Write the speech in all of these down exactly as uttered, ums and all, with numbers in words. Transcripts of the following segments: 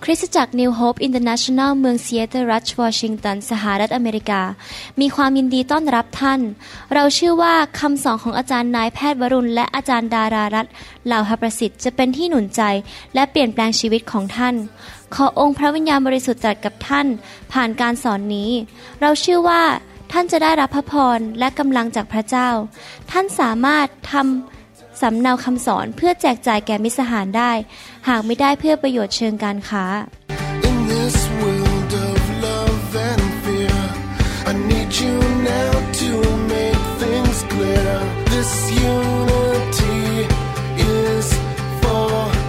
คริสตจักร New Hope International เมืองซีแอตเทิลรัฐวอชิงตันสหรัฐอเมริกามีความยินดีต้อนรับท่านเราเชื่อว่าคำสอนของอาจารย์นายแพทย์วรุณและอาจารย์ดารารัตน์เหล่าหประสิทธิ์จะเป็นที่หนุนใจและเปลี่ยนแปลงชีวิตของท่านขอองค์พระวิญญาณบริสุทธิ์ตรัสกับท่านผ่านการสอนนี้เราเชื่อว่าท่านจะได้รับพระพรและกำลังจากพระเจ้าท่านสามารถทำสำเนาคำสอนเพื่อแจกจ่ายแก่มิตรสหายได้หากไม่ได้เพื่อประโยชน์เชิงการค้า In this world of love and fear I need you now to make things clear This unity is for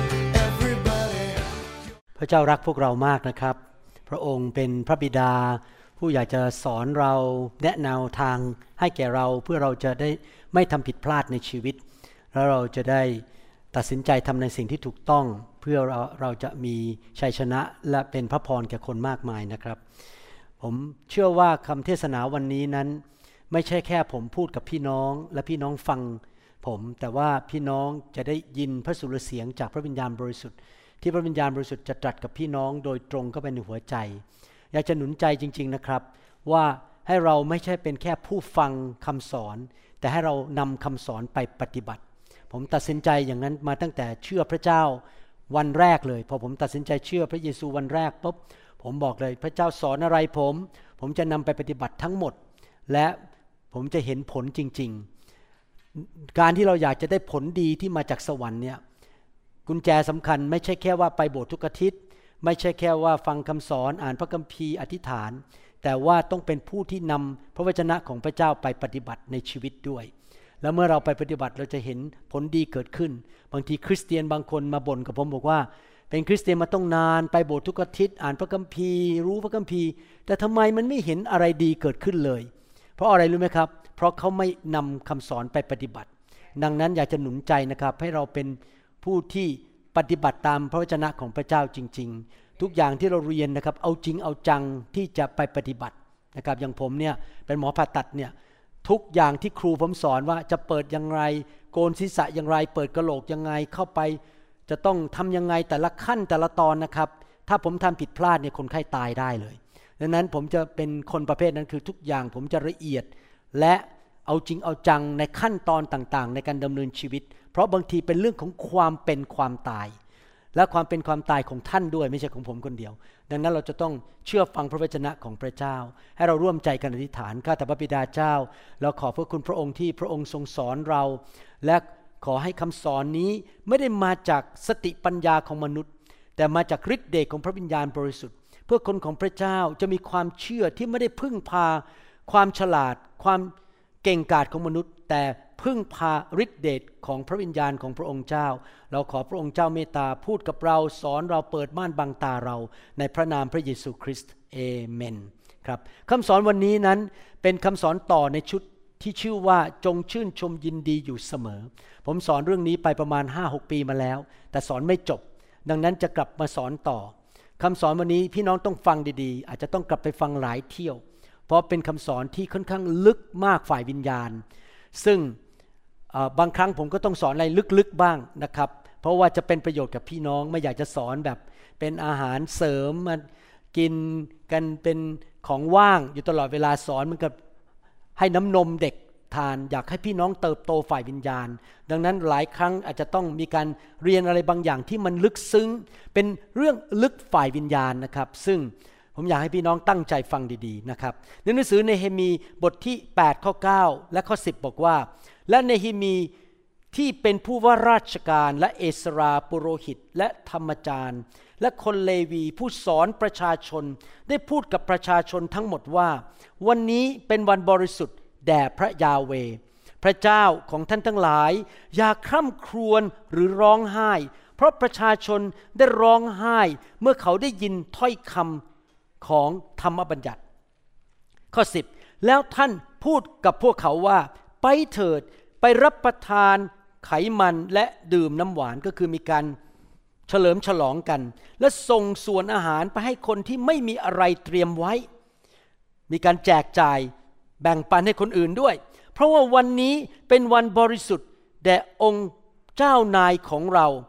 everybody พระเจ้ารักพวกเรามากนะครับพระองค์เป็นพระบิดาผู้อยากจะสอนเราแนะแนวทางให้แก่เราเพื่อเราจะได้ไม่ทำผิดพลาดในชีวิตแล้วเราจะได้ตัดสินใจทำในสิ่งที่ถูกต้องเพื่อเราเราจะมีชัยชนะและเป็นพระพรแก่คนมากมายนะครับผมเชื่อว่าคำเทศนาวันนี้นั้นไม่ใช่แค่ผมพูดกับพี่น้องและพี่น้องฟังผมแต่ว่าพี่น้องจะได้ยินพระสุรเสียงจากพระวิญญาณบริสุทธิ์ที่พระวิญญาณบริสุทธิ์จะตรัสกับพี่น้องโดยตรงเข้าไปในหัวใจอยากจะหนุนใจจริงๆนะครับว่าให้เราไม่ใช่เป็นแค่ผู้ฟังคำสอนแต่ให้เรานำคำสอนไปปฏิบัติผมตัดสินใจอย่างนั้นมาตั้งแต่เชื่อพระเจ้าวันแรกเลยพอผมตัดสินใจเชื่อพระเยซูวันแรกปุ๊บผมบอกเลยพระเจ้าสอนอะไรผมผมจะนำไปปฏิบัติทั้งหมดและผมจะเห็นผลจริงๆการที่เราอยากจะได้ผลดีที่มาจากสวรรค์เนี่ยกุญแจสำคัญไม่ใช่แค่ว่าไปโบสถ์ทุกอาทิตย์ไม่ใช่แค่ว่าฟังคำสอนอ่านพระคัมภีร์อธิษฐานแต่ว่าต้องเป็นผู้ที่นำพระวจนะของพระเจ้าไปปฏิบัติในชีวิตด้วยแล้วเมื่อเราไปปฏิบัติเราจะเห็นผลดีเกิดขึ้นบางทีคริสเตียนบางคนมาบ่นกับผมบอกว่าเป็นคริสเตียนมาต้องนานไปโบสถ์ทุกอาทิตย์อ่านพระคัมภีร์รู้พระคัมภีร์แต่ทำไมมันไม่เห็นอะไรดีเกิดขึ้นเลยเพราะอะไรรู้ไหมครับเพราะเขาไม่นำคำสอนไปปฏิบัติดังนั้นอยากจะหนุนใจนะครับให้เราเป็นผู้ที่ปฏิบัติตามพระวจนะของพระเจ้าจริงๆทุกอย่างที่เราเรียนนะครับเอาจริงเอาจังที่จะไปปฏิบัตินะครับอย่างผมเนี่ยเป็นหมอผ่าตัดเนี่ยทุกอย่างที่ครูผมสอนว่าจะเปิดอย่างไรโกนศีรษะอย่างไรเปิดกะโหลกยังไงเข้าไปจะต้องทำยังไงแต่ละขั้นแต่ละตอนนะครับถ้าผมทำผิดพลาดเนี่ยคนไข้ตายได้เลยดังนั้นผมจะเป็นคนประเภทนั้นคือทุกอย่างผมจะละเอียดและเอาจริงเอาจังในขั้นตอนต่างๆในการดำเนินชีวิตเพราะบางทีเป็นเรื่องของความเป็นความตายและความเป็นความตายของท่านด้วยไม่ใช่ของผมคนเดียวดังนั้นเราจะต้องเชื่อฟังพระวจนะของพระเจ้าให้เราร่วมใจกันอธิษฐานข้าแต่พระบิดาเจ้าเราขอพระคุณพระองค์ที่พระองค์ทรงสอนเราและขอให้คำสอนนี้ไม่ได้มาจากสติปัญญาของมนุษย์แต่มาจากฤทธิ์เดชของพระวิญญาณบริสุทธิ์เพื่อคนของพระเจ้าจะมีความเชื่อที่ไม่ได้พึ่งพาความฉลาดความเก่งกาจของมนุษย์แต่พึ่งพาฤทธิ์เดชของพระวิญญาณของพระองค์เจ้าเราขอพระองค์เจ้าเมตตาพูดกับเราสอนเราเปิดม่านบังตาเราในพระนามพระเยซูคริสต์เอเมนครับคำสอนวันนี้นั้นเป็นคำสอนต่อในชุดที่ชื่อว่าจงชื่นชมยินดีอยู่เสมอผมสอนเรื่องนี้ไปประมาณ ห้าหก ปีมาแล้วแต่สอนไม่จบดังนั้นจะกลับมาสอนต่อคำสอนวันนี้พี่น้องต้องฟังดีๆอาจจะต้องกลับไปฟังหลายเที่ยวเพราะเป็นคำสอนที่ค่อนข้างลึกมากฝ่ายวิญญาณซึ่งบางครั้งผมก็ต้องสอนอะไรลึกๆบ้างนะครับเพราะว่าจะเป็นประโยชน์กับพี่น้องไม่อยากจะสอนแบบเป็นอาหารเสริมมากินกันเป็นของว่างอยู่ตลอดเวลาสอนมันกับให้น้ำนมเด็กทานอยากให้พี่น้องเติบโตฝ่ายวิญญาณดังนั้นหลายครั้งอาจจะต้องมีการเรียนอะไรบางอย่างที่มันลึกซึ้งเป็นเรื่องลึกฝ่ายวิญญาณนะครับซึ่งผมอยากให้พี่น้องตั้งใจฟังดีๆนะครับในหนังสือเนเฮมีบทที่แปดข้อเก้าและข้อสิบบอกว่าและเนเฮมีที่เป็นผู้ว่าราชการและเอสราปุโรหิตและธรรมจารย์และคนเลวีผู้สอนประชาชนได้พูดกับประชาชนทั้งหมดว่าวันนี้เป็นวันบริสุทธิ์แด่พระยาเวห์พระเจ้าของท่านทั้งหลายอย่าคร่ำครวญหรือร้องไห้เพราะประชาชนได้ร้องไห้เมื่อเขาได้ยินถ้อยคำของธรรมบัญญัติข้อสิบแล้วท่านพูดกับพวกเขาว่าไปเถิดไปรับประทานไขมันและดื่มน้ำหวานก็คือมีการเฉลิมฉลองกันและส่งส่วนอาหารไปให้คนที่ไม่มีอะไรเตรียมไว้มีการแจกจ่ายแบ่งปันให้คนอื่นด้วยเพราะว่าวันนี้เป็นวันบริสุทธิ์แด่องค์เจ้านายของเรา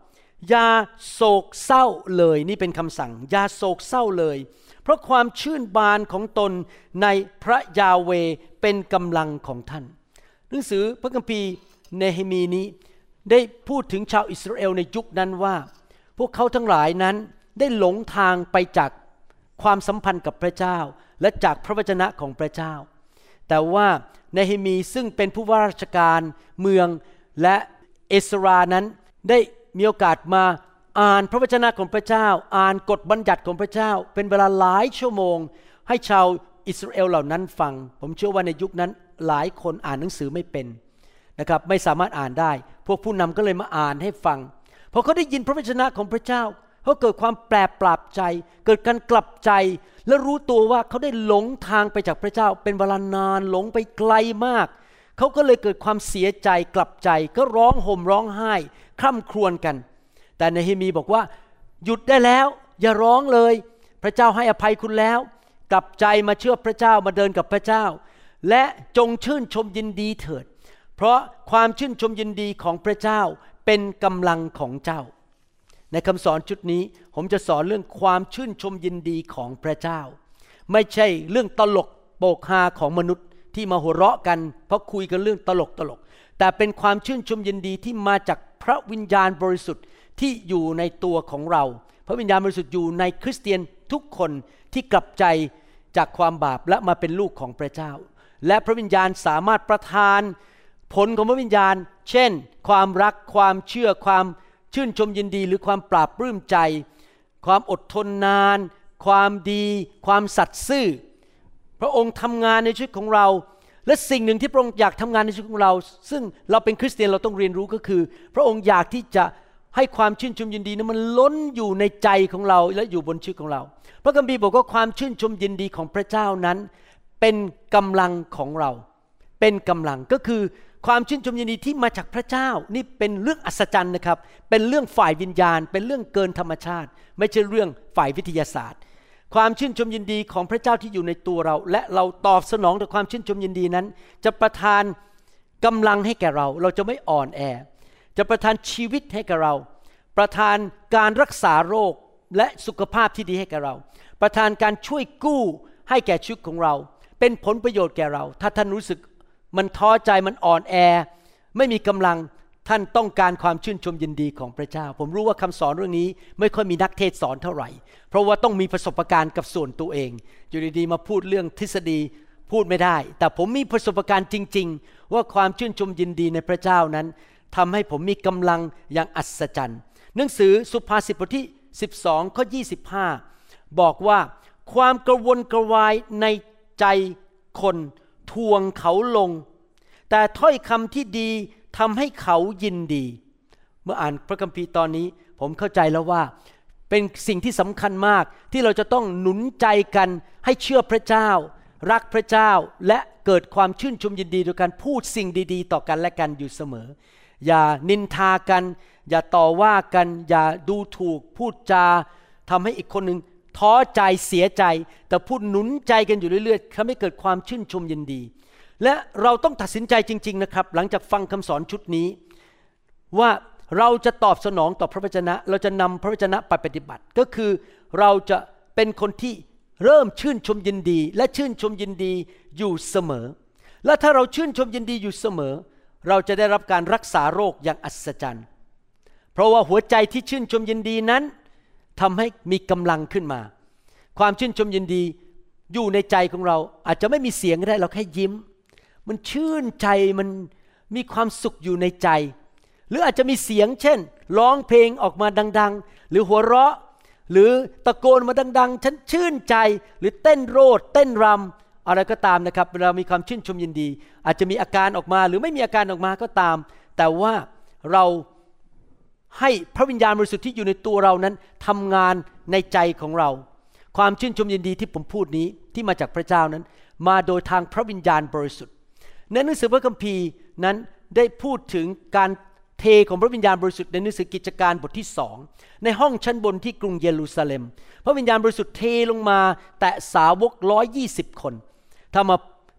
อย่าโศกเศร้าเลยนี่เป็นคำสั่งอย่าโศกเศร้าเลยเพราะความชื่นบานของตนในพระยาเวห์เป็นกำลังของท่านหนังสือพระคัมภีร์เนฮีมีนี้ได้พูดถึงชาวอิสราเอลในยุคนั้นว่าพวกเขาทั้งหลายนั้นได้หลงทางไปจากความสัมพันธ์กับพระเจ้าและจากพระวจนะของพระเจ้าแต่ว่าเนฮีมีซึ่งเป็นผู้ว่าราชการเมืองและเอสรานั้นได้มีโอกาสมาอ่านพระวจนะของพระเจ้าอ่านกฎบัญญัติของพระเจ้าเป็นเวลาหลายชั่วโมงให้ชาวอิสราเอลเหล่านั้นฟังผมเชื่อว่าในยุคนั้นหลายคนอ่านหนังสือไม่เป็นนะครับไม่สามารถอ่านได้พวกผู้นำก็เลยมาอ่านให้ฟังพอเขาได้ยินพระวจนะของพระเจ้าเขาเกิดความแปลกปรับใจเกิดการกลับใจและรู้ตัวว่าเขาได้หลงทางไปจากพระเจ้าเป็นเวลานานหลงไปไกลมากเขาก็เลยเกิดความเสียใจกลับใจก็ร้องห่มร้องไห้คร่ำครวญกันแต่เนฮีมีบอกว่าหยุดได้แล้วอย่าร้องเลยพระเจ้าให้อภัยคุณแล้วกลับใจมาเชื่อพระเจ้ามาเดินกับพระเจ้าและจงชื่นชมยินดีเถิดเพราะความชื่นชมยินดีของพระเจ้าเป็นกำลังของเจ้าในคำสอนชุดนี้ผมจะสอนเรื่องความชื่นชมยินดีของพระเจ้าไม่ใช่เรื่องตลกโปกฮาของมนุษย์ที่มาหัวเราะกันเพราะคุยกันเรื่องตลกตลกแต่เป็นความชื่นชมยินดีที่มาจากพระวิญญาณบริสุทธิ์ที่อยู่ในตัวของเราพระวิญญาณบริสุทธิ์อยู่ในคริสเตียนทุกคนที่กลับใจจากความบาปและมาเป็นลูกของพระเจ้าและพระวิญญาณสามารถประทานผลของพระวิญญาณเช่นความรักความเชื่อความชื่นชมยินดีหรือความปราบปลื้มใจความอดทนนานความดีความสัตย์ซื่อพระองค์ทำงานในชีวิตของเราและสิ่งหนึ่งที่พระองค์อยากทำงานในชีวิตของเราซึ่งเราเป็นคริสเตียนเราต้องเรียนรู้ก็คือพระองค์อยากที่จะให้ความชื่นชมยินดีนั้นมันล้นอยู่ในใจของเราและอยู่บนชีวิตของเราพระคัมภีร์บอกว่าความชื่นชมยินดีของพระเจ้านั้นเป็นกำลังของเราเป็นกำลังก็คือความชื่นชมยินดีที่มาจากพระเจ้านี่เป็นเรื่องอัศจรรย์นะครับเป็นเรื่องฝ่ายวิญญาณเป็นเรื่องเกินธรรมชาติไม่ใช่เรื่องฝ่ายวิทยาศาสตร์ความชื่นชมยินดีของพระเจ้าที่อยู่ในตัวเราและเราตอบสนองต่อความชื่นชมยินดีนั้นจะประทานกำลังให้แก่เราเราจะไม่อ่อนแอจะประทานชีวิตให้แก่เราประทานการรักษาโรคและสุขภาพที่ดีให้แก่เราประทานการช่วยกู้ให้แก่ชีวิตของเราเป็นผลประโยชน์แก่เราถ้าท่านรู้สึกมันท้อใจมันอ่อนแอไม่มีกำลังท่านต้องการความชื่นชมยินดีของพระเจ้าผมรู้ว่าคำสอนเรื่องนี้ไม่ค่อยมีนักเทศสอนเท่าไหร่เพราะว่าต้องมีประสบการณ์กับส่วนตัวเองอยู่ดีๆมาพูดเรื่องทฤษฎีพูดไม่ได้แต่ผมมีประสบการณ์จริงๆว่าความชื่นชมยินดีในพระเจ้านั้นทำให้ผมมีกำลังอย่างอัศจรรย์หนังสือสุภาษิตบทที่สิบสองข้อยี่สิบห้าบอกว่าความกระวนกระวายในใจคนทวงเขาลงแต่ถ้อยคำที่ดีทำให้เขายินดีเมื่ออ่านพระคัมภีร์ตอนนี้ผมเข้าใจแล้วว่าเป็นสิ่งที่สำคัญมากที่เราจะต้องหนุนใจกันให้เชื่อพระเจ้ารักพระเจ้าและเกิดความชื่นชมยินดีโดยการพูดสิ่งดีๆต่อกันและกันอยู่เสมออย่านินทากันอย่าต่อว่ากันอย่าดูถูกพูดจาทำให้อีกคนหนึ่งท้อใจเสียใจแต่พูดหนุนใจกันอยู่เรื่อยๆทำให้เกิดความชื่นชมยินดีและเราต้องตัดสินใจจริงๆนะครับหลังจากฟังคำสอนชุดนี้ว่าเราจะตอบสนองต่อพระวจนะเราจะนำพระวจนะไปปฏิบัติก็คือเราจะเป็นคนที่เริ่มชื่นชมยินดีและชื่นชมยินดีอยู่เสมอและถ้าเราชื่นชมยินดีอยู่เสมอเราจะได้รับการรักษาโรคอย่างอัศจรรย์เพราะว่าหัวใจที่ชื่นชมยินดีนั้นทำให้มีกำลังขึ้นมาความชื่นชมยินดีอยู่ในใจของเราอาจจะไม่มีเสียงก็ได้เราแค่ยิ้มมันชื่นใจมันมีความสุขอยู่ในใจหรืออาจจะมีเสียงเช่นร้องเพลงออกมาดังๆหรือหัวเราะหรือตะโกนมาดังๆฉันชื่นใจหรือเต้นโรดเต้นรำอะไรก็ตามนะครับเวลามีความชื่นชมยินดีอาจจะมีอาการออกมาหรือไม่มีอาการออกมาก็ตามแต่ว่าเราให้พระวิญญาณบริสุทธิ์ที่อยู่ในตัวเรานั้นทำงานในใจของเราความชื่นชมยินดีที่ผมพูดนี้ที่มาจากพระเจ้านั้นมาโดยทางพระวิญญาณบริสุทธิ์ในหนังสือพระคัมภีร์นั้นได้พูดถึงการเทของพระวิญญาณบริสุทธิ์ในหนังสือกิจการบทที่สองในห้องชั้นบนที่กรุงเยรูซาเล็มพระวิญญาณบริสุทธิ์เทลงมาแตะสาวกหนึ่งร้อยยี่สิบคนถ้ามา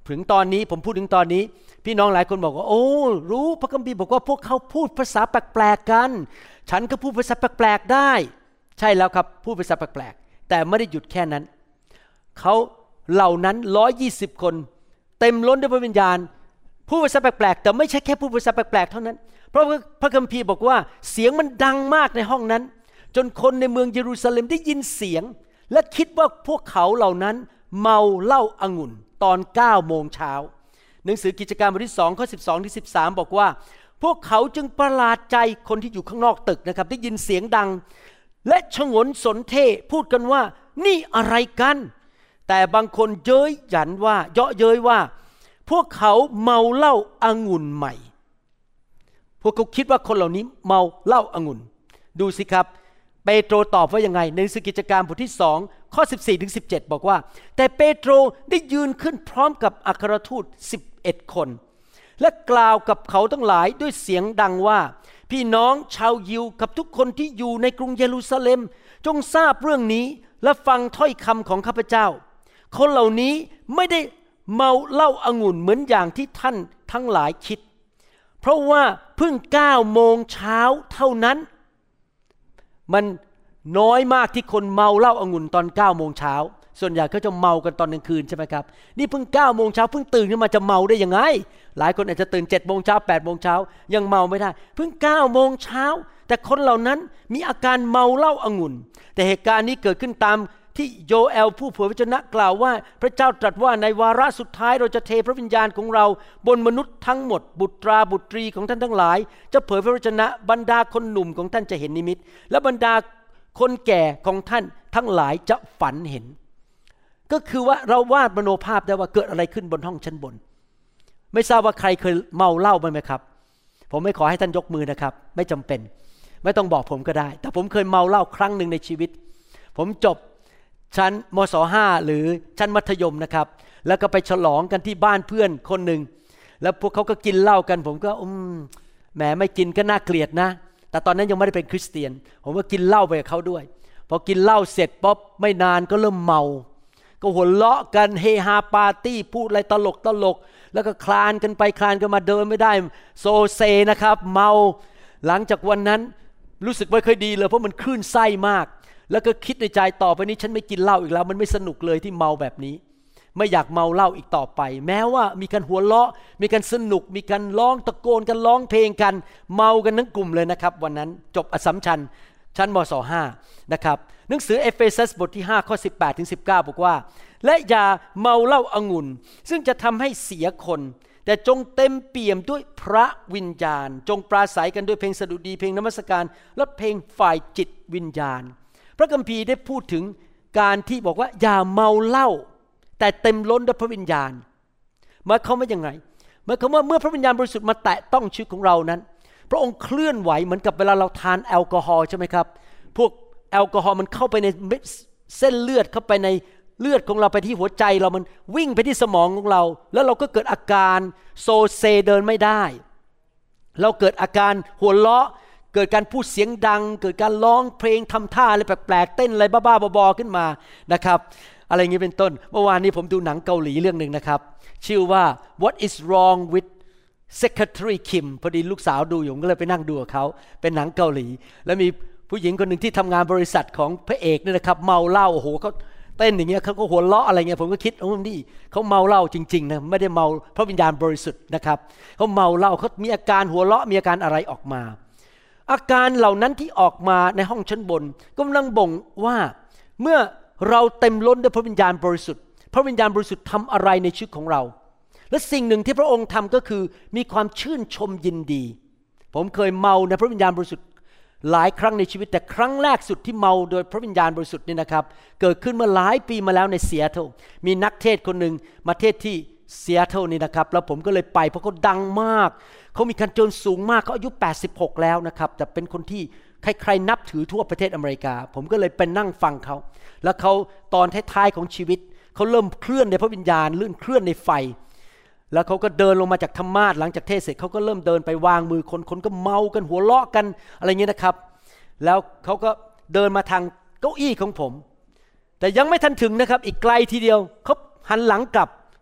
ถึงตอนนี้ผมพูดถึงตอนนี้พี่น้องหลายคนบอกว่าโอ้รู้พระคัมภีร์บอกว่าพวกเขาพูดภาษาแปลกๆกันฉันก็พูดภาษาแปลกๆได้ใช่แล้วครับพูดภาษาแปลกๆแต่ไม่ได้หยุดแค่นั้นเขาเหล่านั้นหนึ่งร้อยยี่สิบคนเต็มล้นด้วยพระวิญญาณพูดภาษาแปลกๆแต่ไม่ใช่แค่พูดภาษาแปลกๆเท่านั้นเพราะพระคัมภีร์บอกว่าเสียงมันดังมากในห้องนั้นจนคนในเมืองเยรูซาเล็มได้ยินเสียงและคิดว่าพวกเขาเหล่านั้นเมาเหล้าองุ่นตอนเก้าโมงเช้าหนังสือกิจการบทที่สองข้อสิบสองถึงสิบสามบอกว่าพวกเขาจึงประหลาดใจคนที่อยู่ข้างนอกตึกนะครับได้ยินเสียงดังและฉงนสนเท่พูดกันว่านี่อะไรกันแต่บางคนเย้ยหยันว่าเยาะเย้ยว่าพวกเขาเมาเหล้าองุ่นใหม่พวกเขาคิดว่าคนเหล่านี้เมาเหล้าองุ่นดูสิครับเปโตรตอบว่ายังไงในหนังสือกิจการบทที่สองข้อสิบสี่ถึงสิบเจ็ดบอกว่าแต่เปโตรได้ยืนขึ้นพร้อมกับอัครทูตสิบเอ็ดคนและกล่าวกับเขาทั้งหลายด้วยเสียงดังว่าพี่น้องชาวยิวกับทุกคนที่อยู่ในกรุงเยรูซาเล็มจงทราบเรื่องนี้และฟังถ้อยคำของข้าพเจ้าคนเหล่านี้ไม่ได้เมาเหล้าองุ่นเหมือนอย่างที่ท่านทั้งหลายคิดเพราะว่าเพิ่งเก้าโมงเช้าเท่านั้นมันน้อยมากที่คนเมาเหล้าองุ่นตอนเก้าโมงเช้าส่วนใหญ่เขาจะเมากันตอนกลางคืนใช่ไหมครับนี่เพิ่งเก้าโมงเช้าเพิ่งตื่นขึ้นมาจะเมาได้ยังไงหลายคนอาจจะตื่นเจ็ดโมงเช้าแปดโมงเช้ายังเมาไม่ได้เพิ่งเก้าโมงเช้าแต่คนเหล่านั้นมีอาการเมาเหล้าองุ่นแต่เหตุการณ์นี้เกิดขึ้นตามที่โยเอลผู้เผยพระวจนะกล่าวว่าพระเจ้าตรัสว่าในวาระสุดท้ายเราจะเทพระวิญญาณของเราบนมนุษย์ทั้งหมดบุตราบุตรีของท่านทั้งหลายจะเผยพระวจนะบรรดาคนหนุ่มของท่านจะเห็นนิมิตและบรรดาคนแก่ของท่านทั้งหลายจะฝันเห็นก็คือว่าเราวาดมโนภาพได้ว่าเกิดอะไรขึ้นบนห้องชั้นบนไม่ทราบว่าใครเคยเมาเหล้าบ้างไหมครับผมไม่ขอให้ท่านยกมือนะครับไม่จำเป็นไม่ต้องบอกผมก็ได้แต่ผมเคยเมาเหล้าครั้งหนึ่งในชีวิตผมจบชั้นมศห้าหรือชั้นมัธยมนะครับแล้วก็ไปฉลองกันที่บ้านเพื่อนคนหนึ่งแล้วพวกเขาก็กินเหล้ากันผมก็อืมแหมไม่กินก็น่าเกลียดนะแต่ตอนนั้นยังไม่ได้เป็นคริสเตียนผมก็กินเหล้าไปกับเขาด้วยพอกินเหล้าเสร็จป๊บไม่นานก็เริ่มเมาก็หัวเราะกันเฮฮาปาร์ตี้พูดอะไรตลกตลกแล้วก็คลานกันไปคลานกันมาเดินไม่ได้โซเซนะครับเมาหลังจากวันนั้นรู้สึกไม่ค่อยดีเลยเพราะมันคลื่นไส้มากแล้วก็คิดในใจต่อไปนี้ฉันไม่กินเหล้าอีกแล้วมันไม่สนุกเลยที่เมาแบบนี้ไม่อยากเมาเหล้าอีกต่อไปแม้ว่ามีการหัวเราะมีการสนุกมีการร้องตะโกนกันร้องเพลงกันเมากันทั้งกลุ่มเลยนะครับวันนั้นจบอัสสัมชัญชั้นมศห้านะครับหนังสือเอเฟซัสบทที่ห้าข้อสิบแปดถึงสิบเก้าบอกว่าและอย่าเมาเหล้าองุ่นซึ่งจะทำให้เสียคนแต่จงเต็มเปี่ยมด้วยพระวิญญาณจงปราศัยกันด้วยเพลงสดุดีเพลงนมัสการและเพลงฝ่ายจิตวิญญาณพระคัมภีร์ได้พูดถึงการที่บอกว่าอย่าเมาเหล้าแต่เต็มล้นด้วยพระวิญญาณหมายความว่ายังไงหมายความว่าเมื่อพระวิญญาณบริสุทธิ์มาแตะต้องชีวิตของเรานั้นพระองค์เคลื่อนไหวเหมือนกับเวลาเราทานแอลกอฮอล์ใช่ไหมครับพวกแอลกอฮอล์มันเข้าไปในเส้นเลือดเข้าไปในเลือดของเราไปที่หัวใจเรามันวิ่งไปที่สมองของเราแล้วเราก็เกิดอาการโซเซเดินไม่ได้เราเกิดอาการหัวเราะเกิดการพูดเสียงดังเกิดการร้องเพลงทำท่าอะไรแปลกๆเต้นอะไรบ้าๆบอๆขึ้นมานะครับอะไรอย่างนี้เป็นต้นเมื่อวานนี้ผมดูหนังเกาหลีเรื่องนึงนะครับชื่อว่า What is wrong with Secretary Kim พอดีลูกสาวดูอยู่ก็เลยไปนั่งดูกับเขาเป็นหนังเกาหลีแล้วมีผู้หญิงคนหนึ่งที่ทำงานบริษัทของพระเอกเนี่ยนะครับเมาเหล้าโอ้โหเขาเต้นอย่างเงี้ยเขาก็หัวเราะอะไรเงี้ยผมก็คิดโอ้นี่เขาเมาเหล้าจริงๆนะไม่ได้เมาพระวิญญาณบริสุทธิ์นะครับเขาเมาเหล้าเขามีอาการหัวเราะมีอาการอะไรออกมาอาการเหล่านั้นที่ออกมาในห้องชั้นบนกำลังบ่งว่าเมื่อเราเต็มล้นด้วยพระวิญญาณบริสุทธิ์พระวิญญาณบริสุทธิ์ทำอะไรในชีวิตของเราและสิ่งหนึ่งที่พระองค์ทำก็คือมีความชื่นชมยินดีผมเคยเมาในพระวิญญาณบริสุทธิ์หลายครั้งในชีวิตแต่ครั้งแรกสุดที่เมาโดยพระวิญญาณบริสุทธิ์นี่นะครับเกิดขึ้นเมื่อหลายปีมาแล้วในซีแอตเทิลมีนักเทศคนหนึ่งมาเทศที่ซีแอตเทิลนี่นะครับแล้วผมก็เลยไปเพราะเขาดังมากเขามีการเจิญสูงมากเขาอายุแปดสิบหกแล้วนะครับแต่เป็นคนที่ใครๆนับถือทั่วประเทศอเมริกาผมก็เลยไปนั่งฟังเขาแล้วเขาตอนท้ายๆของชีวิตเขาเริ่มเคลื่อนในพระวิญญาณเลื่อนเคลื่อนในไฟแล้วเขาก็เดินลงมาจากธรรมาสน์หลังจากเทศเสร็จเขาก็เริ่มเดินไปวางมือคนคนก็เมากันหัวเราะกันอะไรเงี้ยนะครับแล้วเขาก็เดินมาทางเก้าอี้ของผมแต่ยังไม่ทันถึงนะครับอีกไกลทีเดียวเขาหันหลังกลับ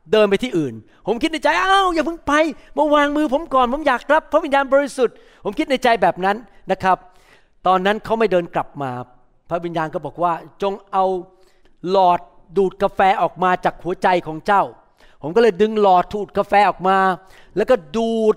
เดินไปที่อื่นผมคิดในใจอ้าวอย่าเพิ่งไปมาวางมือผมก่อนผมอยากรับพระวิญญาณบริสุทธิ์ผมคิดในใจแบบนั้นนะครับตอนนั้นเขาไม่เดินกลับมาพระวิญญาณก็บอกว่าจงเอาหลอดดูดกาแฟออกมาจากหัวใจของเจ้าผมก็เลยดึงหลอดดูดกาแฟออกมาแล้วก็ดูด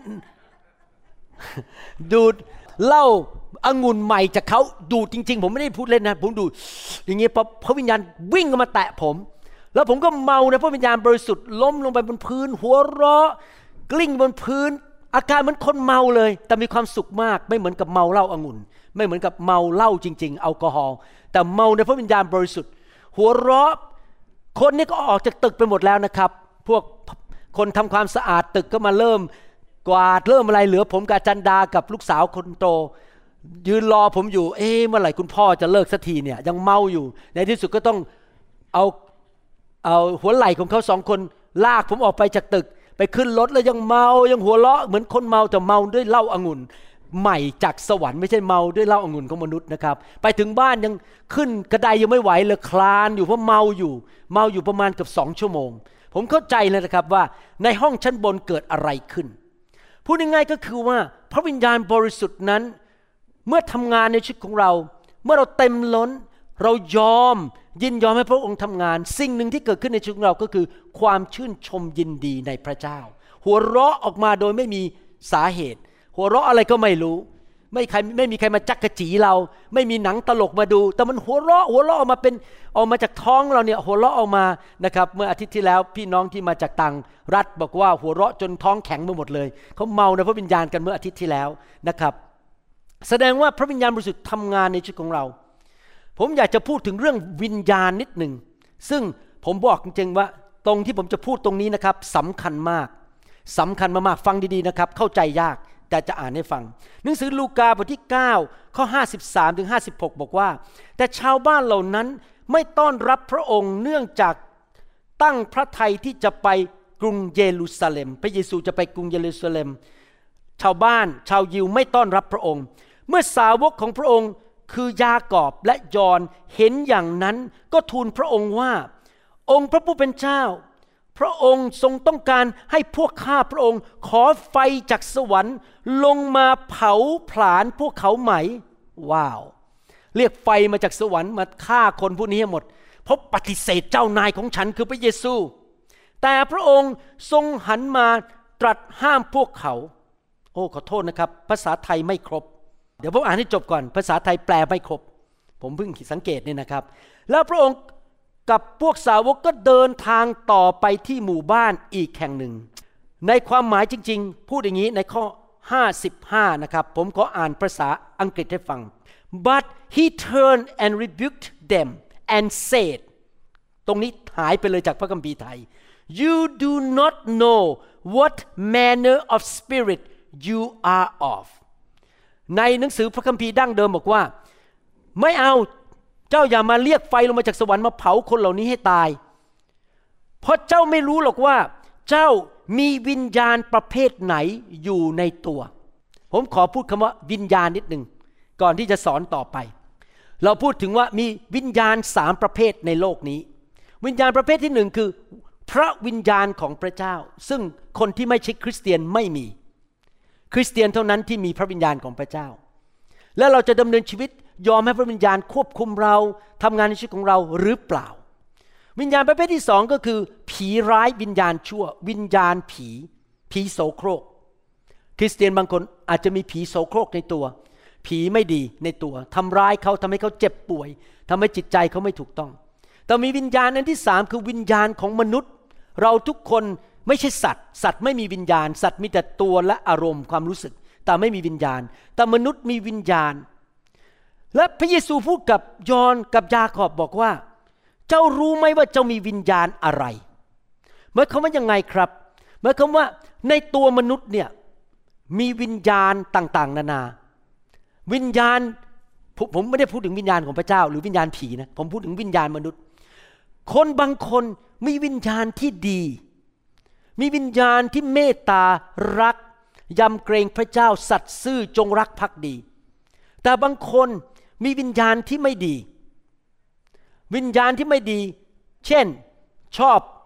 ดูดเหล้าองุ่นใหม่จากเขาดูดจริงๆผมไม่ได้พูดเล่นนะผมดูดอย่างงี้พระวิญญาณวิ่งเข้ามาแตะผมแล้วผมก็เมาในพระวิญญาณบริสุทธิ์ล้มลงไปบนพื้นหัวเราะกลิ้งบนพื้นอาการเหมือนคนเมาเลยแต่มีความสุขมากไม่เหมือนกับเมาเหล้าองุ่นไม่เหมือนกับเมาเหล้าจริงๆแอลกอฮอล์แต่เมาในพระวิญญาณบริสุทธิ์หัวเราะคนนี้ก็ออกจากตึกไปหมดแล้วนะครับพวกคนทำความสะอาดตึกก็มาเริ่มกวาดเริ่มอะไรเหลือผมกับจันดากับลูกสาวคนโตยืนรอผมอยู่เอ๊ะเมื่อไหร่คุณพ่อจะเลิกสักทีเนี่ยยังเมาอยู่ในที่สุดก็ต้องเอาเอาหัวไหล่ของเขาสองคนลากผมออกไปจากตึกไปขึ้นรถแล้วยังเมายังหัวเราะเหมือนคนเมาแต่เมาด้วยเหล้าองุ่นใหม่จากสวรรค์ไม่ใช่เมาด้วยเหล้าองุ่นของมนุษย์นะครับไปถึงบ้านยังขึ้นกระไดยังไม่ไหวเลยคลานอยู่เพราะเมาอยู่เมาอยู่ประมาณเกือบสองชั่วโมงผมเข้าใจเลยนะครับว่าในห้องชั้นบนเกิดอะไรขึ้นพูดง่ายๆก็คือว่าพระวิญญาณบริสุทธิ์นั้นเมื่อทำงานในชีวิตของเราเมื่อเราเต็มล้นเรายอมยินยอมให้พระองค์ทำงานสิ่งหนึ่งที่เกิดขึ้นในชีวิตของเราก็คือความชื่นชมยินดีในพระเจ้าหัวเราะออกมาโดยไม่มีสาเหตุหัวเราะอะไรก็ไม่รู้ไม่ใครไม่มีใครมาจักกะจีเราไม่มีหนังตลกมาดูแต่มันหัวเราะหัวเราะออกมาเป็นออกมาจากท้องเราเนี่ยหัวเราะออกมานะครับเมื่ออาทิตย์ที่แล้วพี่น้องที่มาจากต่างรัฐบอกว่าหัวเราะจนท้องแข็งไปหมดเลยเขาเมาในพระวิญญาณกันเมื่ออาทิตย์ที่แล้วนะครับแสดงว่าพระวิญญาณบริสุทธิ์ทำงานในชีวิตของเราผมอยากจะพูดถึงเรื่องวิญญาณนิดหนึ่งซึ่งผมบอกจริงๆว่าตรงที่ผมจะพูดตรงนี้นะครับสำคัญมากสำคัญมากๆฟังดีๆนะครับเข้าใจยากแต่จะอ่านให้ฟังหนังสือลูกาบทที่เก้าข้อห้าสิบสามถึงห้าสิบหกบอกว่าแต่ชาวบ้านเหล่านั้นไม่ต้อนรับพระองค์เนื่องจากตั้งพระทัยที่จะไปกรุงเยรูซาเล็มพระเยซูจะไปกรุงเยรูซาเล็มชาวบ้านชาวยิวไม่ต้อนรับพระองค์เมื่อสาวกของพระองค์คือยากอบและยอห์นเห็นอย่างนั้นก็ทูลพระองค์ว่าองค์พระผู้เป็นเจ้าพระองค์ทรงต้องการให้พวกข้าพระองค์ขอไฟจากสวรรค์ลงมาเผาผลาญพวกเขาไหมว้าวเรียกไฟมาจากสวรรค์มาฆ่าคนพวกนี้หมดเพราะปฏิเสธเจ้านายของฉันคือพระเยซูแต่พระองค์ทรงหันมาตรัสห้ามพวกเขาโอ้ขอโทษนะครับภาษาไทยไม่ครบเดี๋ยวผมอ่านให้จบก่อนภาษาไทยแปลไม่ครบผมเพิ่งสังเกตนี่นะครับแล้วพระองค์กับพวกสาวกก็เดินทางต่อไปที่หมู่บ้านอีกแห่งหนึ่งในความหมายจริงๆพูดอย่างนี้ในข้อห้าสิบห้านะครับผมขออ่านภาษาอังกฤษให้ฟัง but he turned and rebuked them and said ตรงนี้หายไปเลยจากพระคัมภีร์ไทย you do not know what manner of spirit you are of ในหนังสือพระคัมภีร์ดั้งเดิมบอกว่าไม่เอาเจ้าอย่ามาเรียกไฟลงมาจากสวรรค์มาเผาคนเหล่านี้ให้ตายเพราะเจ้าไม่รู้หรอกว่าเจ้ามีวิญญาณประเภทไหนอยู่ในตัวผมขอพูดคำว่าวิญญาณนิดหนึ่งก่อนที่จะสอนต่อไปเราพูดถึงว่ามีวิญญาณสามประเภทในโลกนี้วิญญาณประเภทที่หนึ่งคือพระวิญญาณของพระเจ้าซึ่งคนที่ไม่ใช่คริสเตียนไม่มีคริสเตียนเท่านั้นที่มีพระวิญญาณของพระเจ้าและเราจะดำเนินชีวิตยอมให้พระวิญญาณควบคุมเราทำงานในชีวิตของเราหรือเปล่าวิญญาณประเภทที่สองก็คือผีร้ายวิญญาณชั่ววิญญาณผีผีโสโครกคริสเตียนบางคนอาจจะมีผีโสโครกในตัวผีไม่ดีในตัวทำร้ายเขาทำให้เขาเจ็บป่วยทำให้จิตใจเขาไม่ถูกต้องแต่มีวิญญาณอันที่สามคือวิญญาณของมนุษย์เราทุกคนไม่ใช่สัตว์สัตว์ไม่มีวิญญาณสัตว์มีแต่ตัวและอารมณ์ความรู้สึกแต่ไม่มีวิญญาณแต่มนุษย์มีวิญญาณและพระเยซูพูดกับยอห์นกับยากอบบอกว่าเจ้ารู้ไหมว่าเจ้ามีวิญญาณอะไรหมายความว่ายังไงครับหมายความว่าในตัวมนุษย์เนี่ยมีวิญญาณต่างๆนานาวิญญาณผมไม่ได้พูดถึงวิญญาณของพระเจ้าหรือวิญญาณผีนะผมพูดถึงวิญญาณมนุษย์คนบางคนมีวิญญาณที่ดีมีวิญญาณที่เมตตารักยำเกรงพระเจ้าสัตย์ซื่อจงรักภักดีแต่บางคนมีวิญญาณที่ไม่ดีวิญญาณที่ไม่ดีเช่นชอบ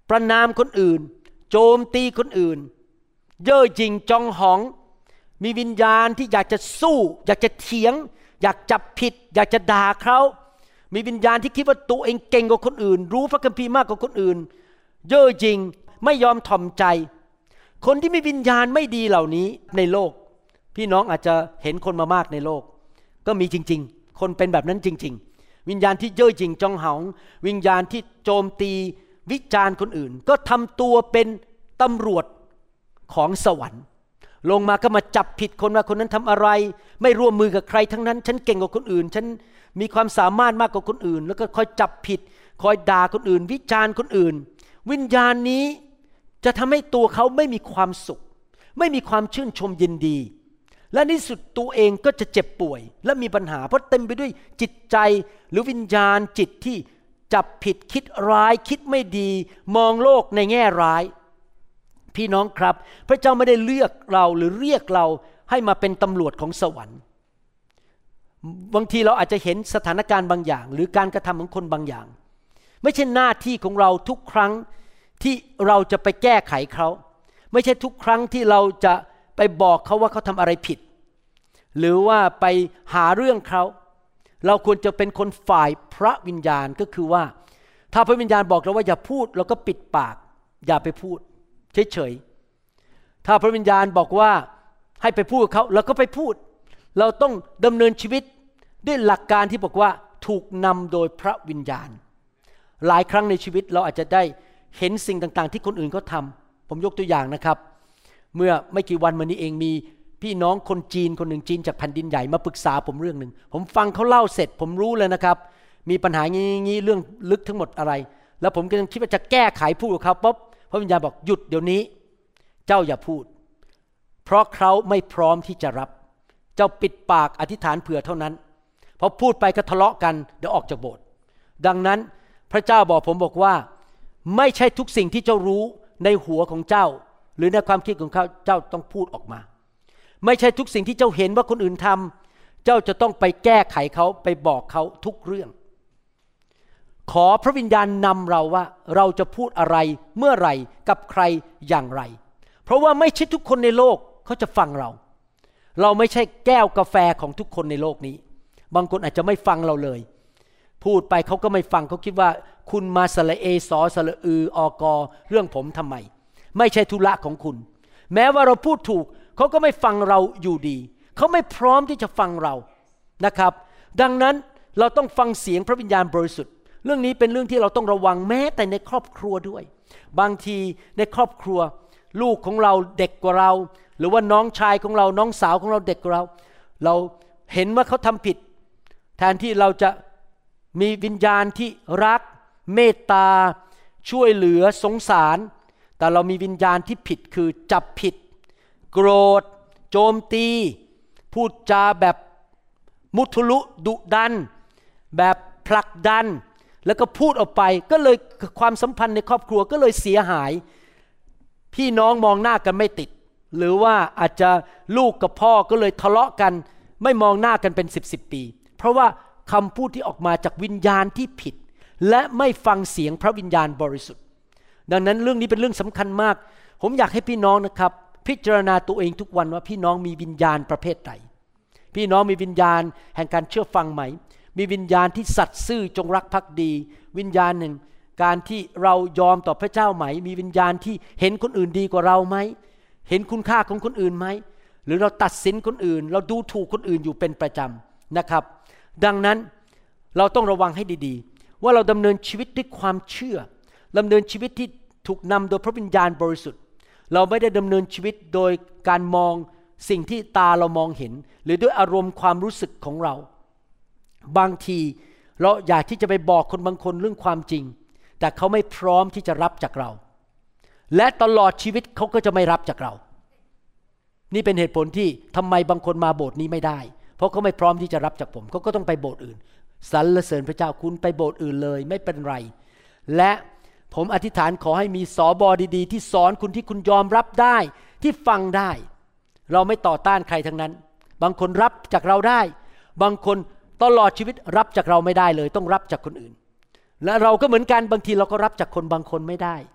ประณามคนอื่นโจมตีคนอื่นเย่อหยิ่งจองหองมีวิญญาณที่อยากจะสู้อยากจะเถียงอยากจับผิดอยากจะด่าเขามีวิญญาณที่คิดว่าตัวเองเก่งกว่าคนอื่นรู้พระคัมภีร์มากกว่าคนอื่นเย่อหยิ่งไม่ยอมถ่อมใจคนที่มีวิญญาณไม่ดีเหล่านี้ในโลกพี่น้องอาจจะเห็นคนมามากในโลกก็มีจริงๆคนเป็นแบบนั้นจริงๆวิญญาณที่เย่อหยิ่งจองหองวิญญาณที่โจมตีวิจารณ์คนอื่นก็ทำตัวเป็นตำรวจของสวรรค์ลงมาก็มาจับผิดคนว่าคนนั้นทำอะไรไม่ร่วมมือกับใครทั้งนั้นฉันเก่งกว่าคนอื่นฉันมีความสามารถมากกว่าคนอื่นแล้วก็คอยจับผิดคอยด่าคนอื่นวิจารณ์คนอื่นวิญญาณนี้จะทำให้ตัวเขาไม่มีความสุขไม่มีความชื่นชมยินดีและในสุดตัวเองก็จะเจ็บป่วยและมีปัญหาเพราะเต็มไปด้วยจิตใจหรือวิญญาณจิตที่จับผิดคิดร้ายคิดไม่ดีมองโลกในแง่ร้ายพี่น้องครับพระเจ้าไม่ได้เลือกเราหรือเรียกเราให้มาเป็นตำรวจของสวรรค์บางทีเราอาจจะเห็นสถานการณ์บางอย่างหรือการกระทำของคนบางอย่างไม่ใช่หน้าที่ของเราทุกครั้งที่เราจะไปแก้ไขเขาไม่ใช่ทุกครั้งที่เราจะไปบอกเขาว่าเขาทำอะไรผิดหรือว่าไปหาเรื่องเขาเราควรจะเป็นคนฝ่ายพระวิญญาณก็คือว่าถ้าพระวิญญาณบอกเราว่าอย่าพูดเราก็ปิดปากอย่าไปพูดเฉยๆถ้าพระวิญญาณบอกว่าให้ไปพูดกับเขาเราก็ไปพูดเราต้องดำเนินชีวิตด้วยหลักการที่บอกว่าถูกนำโดยพระวิญญาณหลายครั้งในชีวิตเราอาจจะได้เห็นสิ่งต่างๆที่คนอื่นเขาทำผมยกตัวอย่างนะครับเมื่อไม่กี่วันมานี้เองมีพี่น้องคนจีนคนหนึ่งจีนจากแผ่นดินใหญ่มาปรึกษาผมเรื่องนึงผมฟังเขาเล่าเสร็จผมรู้เลยนะครับมีปัญหางี้ๆเรื่องลึกทั้งหมดอะไรแล้วผมก็ยังคิดว่าจะแก้ไขพูดกับเขาปุ๊บพระวิญญาณบอกหยุดเดี๋ยวนี้เจ้าอย่าพูดเพราะเขาไม่พร้อมที่จะรับเจ้าปิดปากอธิษฐานเผื่อเท่านั้นพอพูดไปก็ทะเลาะกันเดี๋ยวออกจากโบสถ์ดังนั้นพระเจ้าบอกผมบอกว่าไม่ใช่ทุกสิ่งที่เจ้ารู้ในหัวของเจ้าหรือในความคิดของเขาเจ้าต้องพูดออกมาไม่ใช่ทุกสิ่งที่เจ้าเห็นว่าคนอื่นทำเจ้าจะต้องไปแก้ไขเขาไปบอกเขาทุกเรื่องขอพระวิญญาณนำเราว่าเราจะพูดอะไรเมื่อไหร่กับใครอย่างไรเพราะว่าไม่ใช่ทุกคนในโลกเขาจะฟังเราเราไม่ใช่แก้วกาแฟของทุกคนในโลกนี้บางคนอาจจะไม่ฟังเราเลยพูดไปเขาก็ไม่ฟังเขาคิดว่าคุณมาสระเอสอสระอืออกอเรื่องผมทำไมไม่ใช่ธุระของคุณแม้ว่าเราพูดถูกเขาก็ไม่ฟังเราอยู่ดีเขาไม่พร้อมที่จะฟังเรานะครับดังนั้นเราต้องฟังเสียงพระวิญญาณบริสุทธิ์เรื่องนี้เป็นเรื่องที่เราต้องระวังแม้แต่ในครอบครัวด้วยบางทีในครอบครัวลูกของเราเด็กกว่าเราหรือว่าน้องชายของเราน้องสาวของเราเด็กกว่าเราเราเห็นว่าเขาทำผิดแทนที่เราจะมีวิญญาณที่รักเมตตาช่วยเหลือสงสารแต่เรามีวิญญาณที่ผิดคือจับผิดโกรธโจมตีพูดจาแบบมุทุลุดุดันแบบผลักดันแล้วก็พูดออกไปก็เลยความสัมพันธ์ในครอบครัวก็เลยเสียหายพี่น้องมองหน้ากันไม่ติดหรือว่าอาจจะลูกกับพ่อก็เลยทะเลาะกันไม่มองหน้ากันเป็นสิบสิบปีเพราะว่าคำพูดที่ออกมาจากวิญญาณที่ผิดและไม่ฟังเสียงพระวิญญาณบริสุทธิ์ดังนั้นเรื่องนี้เป็นเรื่องสำคัญมากผมอยากให้พี่น้องนะครับพิจารณาตัวเองทุกวันว่าพี่น้องมีวิญญาณประเภทใดพี่น้องมีวิญญาณแห่งการเชื่อฟังไหมมีวิญญาณที่สัตย์ซื่อจงรักภักดีวิญญาณหนึ่งการที่เรายอมต่อพระเจ้าไหมมีวิญญาณที่เห็นคนอื่นดีกว่าเราไหมเห็นคุณค่าของคนอื่นไหมหรือเราตัดสินคนอื่นเราดูถูกคนอื่นอยู่เป็นประจำนะครับดังนั้นเราต้องระวังให้ดีๆว่าเราดำเนินชีวิตด้วยความเชื่อดำเนินชีวิตที่ถูกนำโดยพระวิญญาณบริสุทธิ์เราไม่ได้ดำเนินชีวิตโดยการมองสิ่งที่ตาเรามองเห็นหรือด้วยอารมณ์ความรู้สึกของเราบางทีเราอยากที่จะไปบอกคนบางคนเรื่องความจริงแต่เขาไม่พร้อมที่จะรับจากเราและตลอดชีวิตเขาก็จะไม่รับจากเรานี่เป็นเหตุผลที่ทำไมบางคนมาโบสถ์นี้ไม่ได้เพราะเขาไม่พร้อมที่จะรับจากผมเขาก็ต้องไปโบสถ์อื่นสรรเสริญพระเจ้าคุณไปโบสถ์อื่นเลยไม่เป็นไรและผมอธิษฐานขอให้มีสบดีๆที่สอนคุณที่คุณยอมรับได้ที่ฟังได้เราไม่ต่อต้านใครทั้งนั้นบางคนรับจากเราได้บางคนตลอดชีวิตรับจากเราไม่ได้เลยต้องรับจากคนอื่นและเราก็เหมือนกันบางทีเราก็รับจากคนบางคนไม่ได้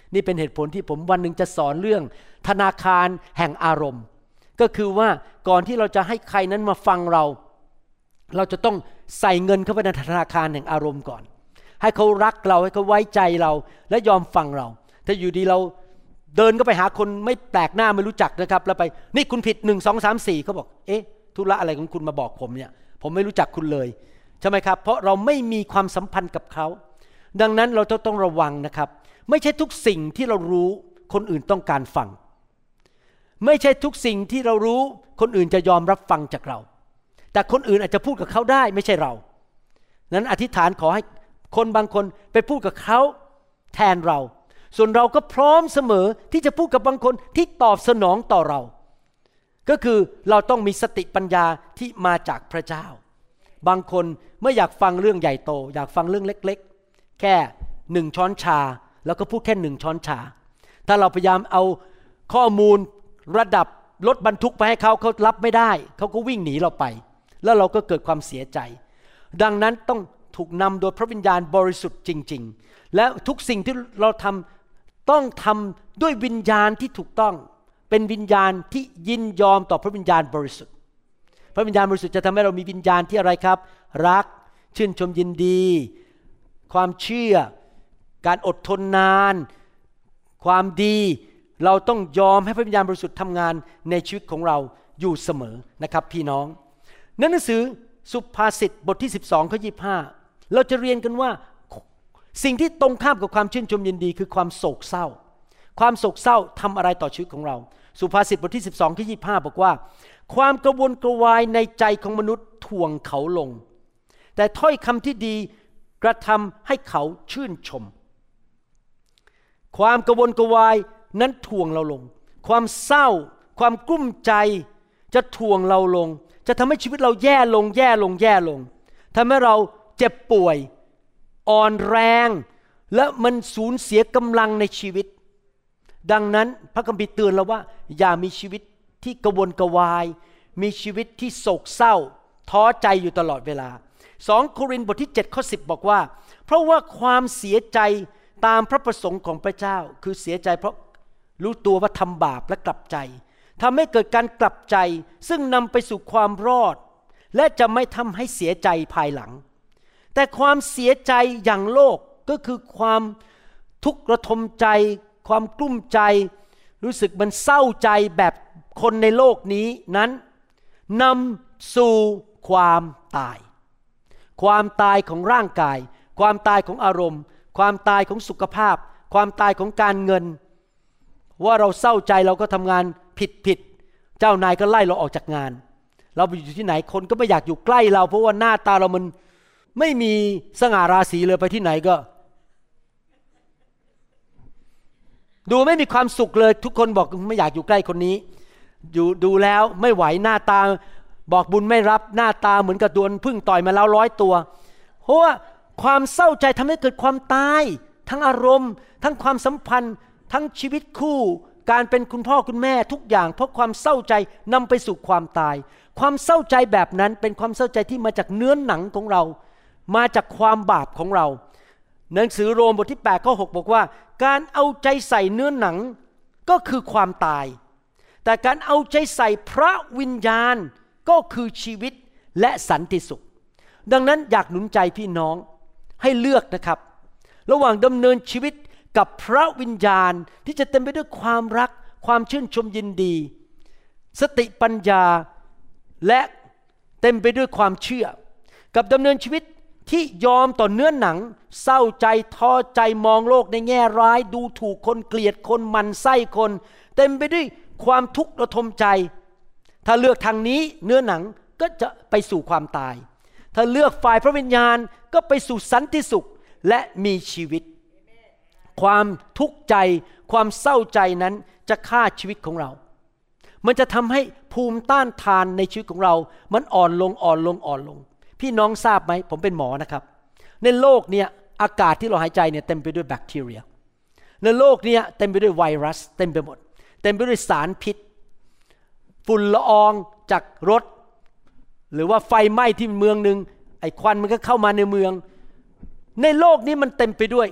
นี่เป็นเหตุผลที่ผมวันหนึ่งจะสอนเรื่องธนาคารแห่งอารมณ์ก็คือว่าก่อนที่เราจะให้ใครนั้นมาฟังเราเราจะต้องใส่เงินเข้าไปในธนาคารแห่งอารมณ์ก่อนให้เขารักเราให้เขาไว้ใจเราและยอมฟังเราถ้าอยู่ดีเราเดินก็ไปหาคนไม่แปลกหน้าไม่รู้จักนะครับแล้วไปนี่คุณผิดหนึ่ง สอง สาม สี่เขาบอกเอ๊ะธุระอะไรของคุณมาบอกผมเนี่ยผมไม่รู้จักคุณเลยใช่ไหมครับเพราะเราไม่มีความสัมพันธ์กับเขาดังนั้นเราจะต้องระวังนะครับไม่ใช่ทุกสิ่งที่เรารู้คนอื่นต้องการฟังไม่ใช่ทุกสิ่งที่เรารู้คนอื่นจะยอมรับฟังจากเราแต่คนอื่นอาจจะพูดกับเขาได้ไม่ใช่เรานั้นอธิษฐานขอให้คนบางคนไปพูดกับเขาแทนเราส่วนเราก็พร้อมเสมอที่จะพูดกับบางคนที่ตอบสนองต่อเราก็คือเราต้องมีสติปัญญาที่มาจากพระเจ้าบางคนไม่อยากฟังเรื่องใหญ่โตอยากฟังเรื่องเล็กๆแค่หนึ่งช้อนชาแล้วก็พูดแค่หนึ่งช้อนชาถ้าเราพยายามเอาข้อมูลระดับรถบรรทุกไปให้เขาเขารับไม่ได้เขาก็วิ่งหนีเราไปแล้วเราก็เกิดความเสียใจดังนั้นต้องถูกนำโดยพระวิญญาณบริสุทธิ์จริงๆและทุกสิ่งที่เราทำต้องทำด้วยวิญญาณที่ถูกต้องเป็นวิญญาณที่ยินยอมต่อพระวิญญาณบริสุทธิ์พระวิญญาณบริสุทธิ์จะทำให้เรามีวิญญาณที่อะไรครับรักชื่นชมยินดีความเชื่อการอดทนนานความดีเราต้องยอมให้พระวิญญาณบริสุทธิ์ทำงานในชีวิตของเราอยู่เสมอนะครับพี่น้องในหนังสือสุภาษิตบทที่สิบสองข้อยี่สิบห้าเราจะเรียนกันว่าสิ่งที่ตรงข้ามกับความชื่นชมยินดีคือความโศกเศร้าความโศกเศร้าทำอะไรต่อชีวิตของเราสุภาษิตบทที่สิบสองข้อยี่สิบห้าบอกว่าความกระวนกระวายในใจของมนุษย์ถ่วงเขาลงแต่ถ้อยคำที่ดีกระทำให้เขาชื่นชมความกระวนกระวายนั้นถ่วงเราลงความเศร้าความกลุ้มใจจะถ่วงเราลงจะทำให้ชีวิตเราแย่ลงแย่ลงแย่ลงทำให้เราเจ็บป่วยอ่อนแรงและมันสูญเสียกำลังในชีวิตดังนั้นพระคัมภีร์เตือนเราว่าอย่ามีชีวิตที่กระวนกระวายมีชีวิตที่โศกเศร้าท้อใจอยู่ตลอดเวลาสองโครินธ์บทที่เจ็ดข้อสิบบอกว่าเพราะว่าความเสียใจตามพระประสงค์ของพระเจ้าคือเสียใจเพราะรู้ตัวว่าทำบาปและกลับใจทำให้เกิดการกลับใจซึ่งนำไปสู่ความรอดและจะไม่ทำให้เสียใจภายหลังแต่ความเสียใจอย่างโลกก็คือความทุกข์ระทมใจความกลุ้มใจรู้สึกมันเศร้าใจแบบคนในโลกนี้นั้นนำสู่ความตายความตายของร่างกายความตายของอารมณ์ความตายของสุขภาพความตายของการเงินว่าเราเศร้าใจเราก็ทำงานผิดผิดเจ้านายก็ไล่เราออกจากงานเราไปอยู่ที่ไหนคนก็ไม่อยากอยู่ใกล้เราเพราะว่าหน้าตาเรามันไม่มีสง่าราศีเลยไปที่ไหนก็ดูไม่มีความสุขเลยทุกคนบอกไม่อยากอยู่ใกล้คนนี้อยู่ดูแล้วไม่ไหวหน้าตาบอกบุญไม่รับหน้าตาเหมือนกับโดนพึ่งต่อยมาแล้วร้อยตัวเพราะว่าความเศร้าใจทำให้เกิดความตายทั้งอารมณ์ทั้งความสัมพันธ์ทั้งชีวิตคู่การเป็นคุณพ่อคุณแม่ทุกอย่างเพราะความเศร้าใจนำไปสู่ความตายความเศร้าใจแบบนั้นเป็นความเศร้าใจที่มาจากเนื้อหนังของเรามาจากความบาปของเราหนังสือโรมบทที่แปดข้อหกบอกว่าการเอาใจใส่เนื้อหนังก็คือความตายแต่การเอาใจใส่พระวิญญาณก็คือชีวิตและสันติสุขดังนั้นอยากหนุนใจพี่น้องให้เลือกนะครับระหว่างดำเนินชีวิตกับพระวิญญาณที่จะเต็มไปด้วยความรักความชื่นชมยินดีสติปัญญาและเต็มไปด้วยความเชื่อกับดำเนินชีวิตที่ยอมต่อเนื้อหนังเศร้าใจท้อใจมองโลกในแง่ร้ายดูถูกคนเกลียดคนหมั่นไส้คนเต็มไปด้วยความทุกข์ระทมใจถ้าเลือกทางนี้เนื้อหนังก็จะไปสู่ความตายถ้าเลือกฝ่ายพระวิญญาณก็ไปสู่สันติสุขและมีชีวิตความทุกข์ใจความเศร้าใจนั้นจะฆ่าชีวิตของเรามันจะทำให้ภูมิต้านทานในชีวิตของเรามันอ่อนลงอ่อนลงอ่อนลงพี่น้องทราบไหมผมเป็นหมอนะครับในโลกเนี่ยอากาศที่เราหายใจเนี่ยเต็มไปด้วยแบคทีเรียในโลกเนี่ยเต็มไปด้วยไวรัสเต็มไปหมดเต็มไปด้วยสารพิษฝุ่นละอองจากรถหรือว่าไฟไหม้ที่เมืองนึงไอ้ควันมันก็เข้ามาในเมืองในโลกนี้มันเต็มไปด้วย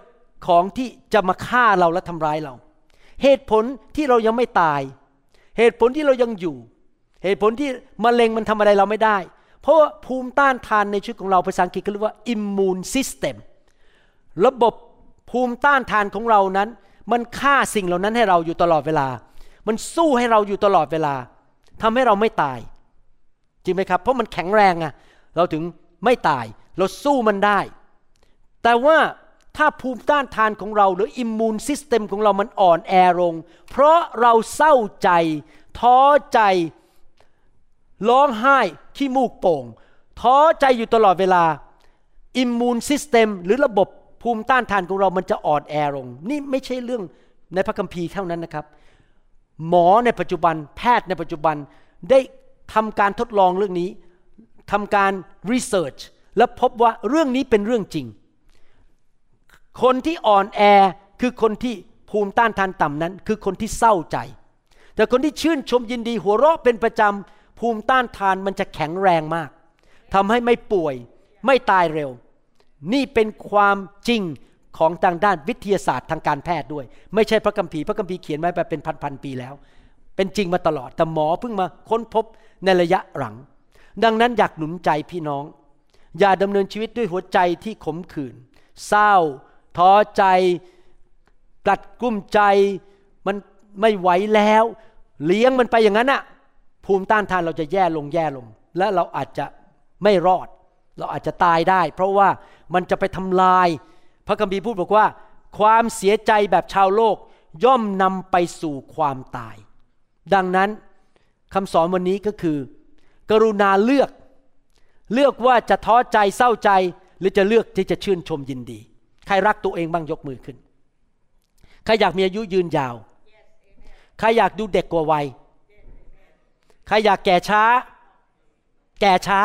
ของที่จะมาฆ่าเราและทำร้ายเราเหตุผลที่เรายังไม่ตายเหตุผลที่เรายังอยู่เหตุผลที่มะเร็งมันทำอะไรเราไม่ได้เพราะว่าภูมิต้านทานในชีวิตของเราภาษาอังกฤษเขาเรียกว่า immune system ระบบภูมิต้านทานของเรานั้นมันฆ่าสิ่งเหล่านั้นให้เราอยู่ตลอดเวลามันสู้ให้เราอยู่ตลอดเวลาทำให้เราไม่ตายจริงไหมครับเพราะมันแข็งแรงอะเราถึงไม่ตายเราสู้มันได้แต่ว่าถ้าภูมิต้านทานของเราหรืออิมมูนซิสเต็มของเรามันอ่อนแอลงเพราะเราเศร้าใจท้อใจร้องไห้ขี้มูกโป่งท้อใจอยู่ตลอดเวลาอิมมูนซิสเต็มหรือระบบภูมิต้านทานของเรามันจะอ่อนแอลงนี่ไม่ใช่เรื่องในพระคัมภีร์เท่านั้นนะครับหมอในปัจจุบันแพทย์ในปัจจุบันได้ทำการทดลองเรื่องนี้ทำการรีเสิร์ชและพบว่าเรื่องนี้เป็นเรื่องจริงคนที่อ่อนแอคือคนที่ภูมิต้านทานต่ำนั้นคือคนที่เศร้าใจแต่คนที่ชื่นชมยินดีหัวเราะเป็นประจำภูมิต้านทานมันจะแข็งแรงมากทำให้ไม่ป่วยไม่ตายเร็วนี่เป็นความจริงของทางด้านวิทยาศาสตร์ทางการแพทย์ด้วยไม่ใช่พระคัมภีร์พระคัมภีร์เขียนไว้เป็นพันๆปีแล้วเป็นจริงมาตลอดแต่หมอเพิ่งมาค้นพบในระยะหลังดังนั้นอยากหนุนใจพี่น้องอย่าดำเนินชีวิตด้วยหัวใจที่ขมขื่นเศร้าท้อใจกลัดกลุ้มใจมันไม่ไหวแล้วเลี้ยงมันไปอย่างนั้นน่ะภูมิต้านทานเราจะแย่ลงแย่ลงและเราอาจจะไม่รอดเราอาจจะตายได้เพราะว่ามันจะไปทำลายพระคัมภีร์พูดบอกว่าความเสียใจแบบชาวโลกย่อมนำไปสู่ความตายดังนั้นคำสอนวันนี้ก็คือกรุณาเลือกเลือกว่าจะท้อใจเศร้าใจหรือจะเลือกที่จะชื่นชมยินดีใครรักตัวเองบ้างยกมือขึ้นใครอยากมีอายุยืนยาวใครอยากดูเด็กกว่าวัยใครอยากแก่ช้าแก่ช้า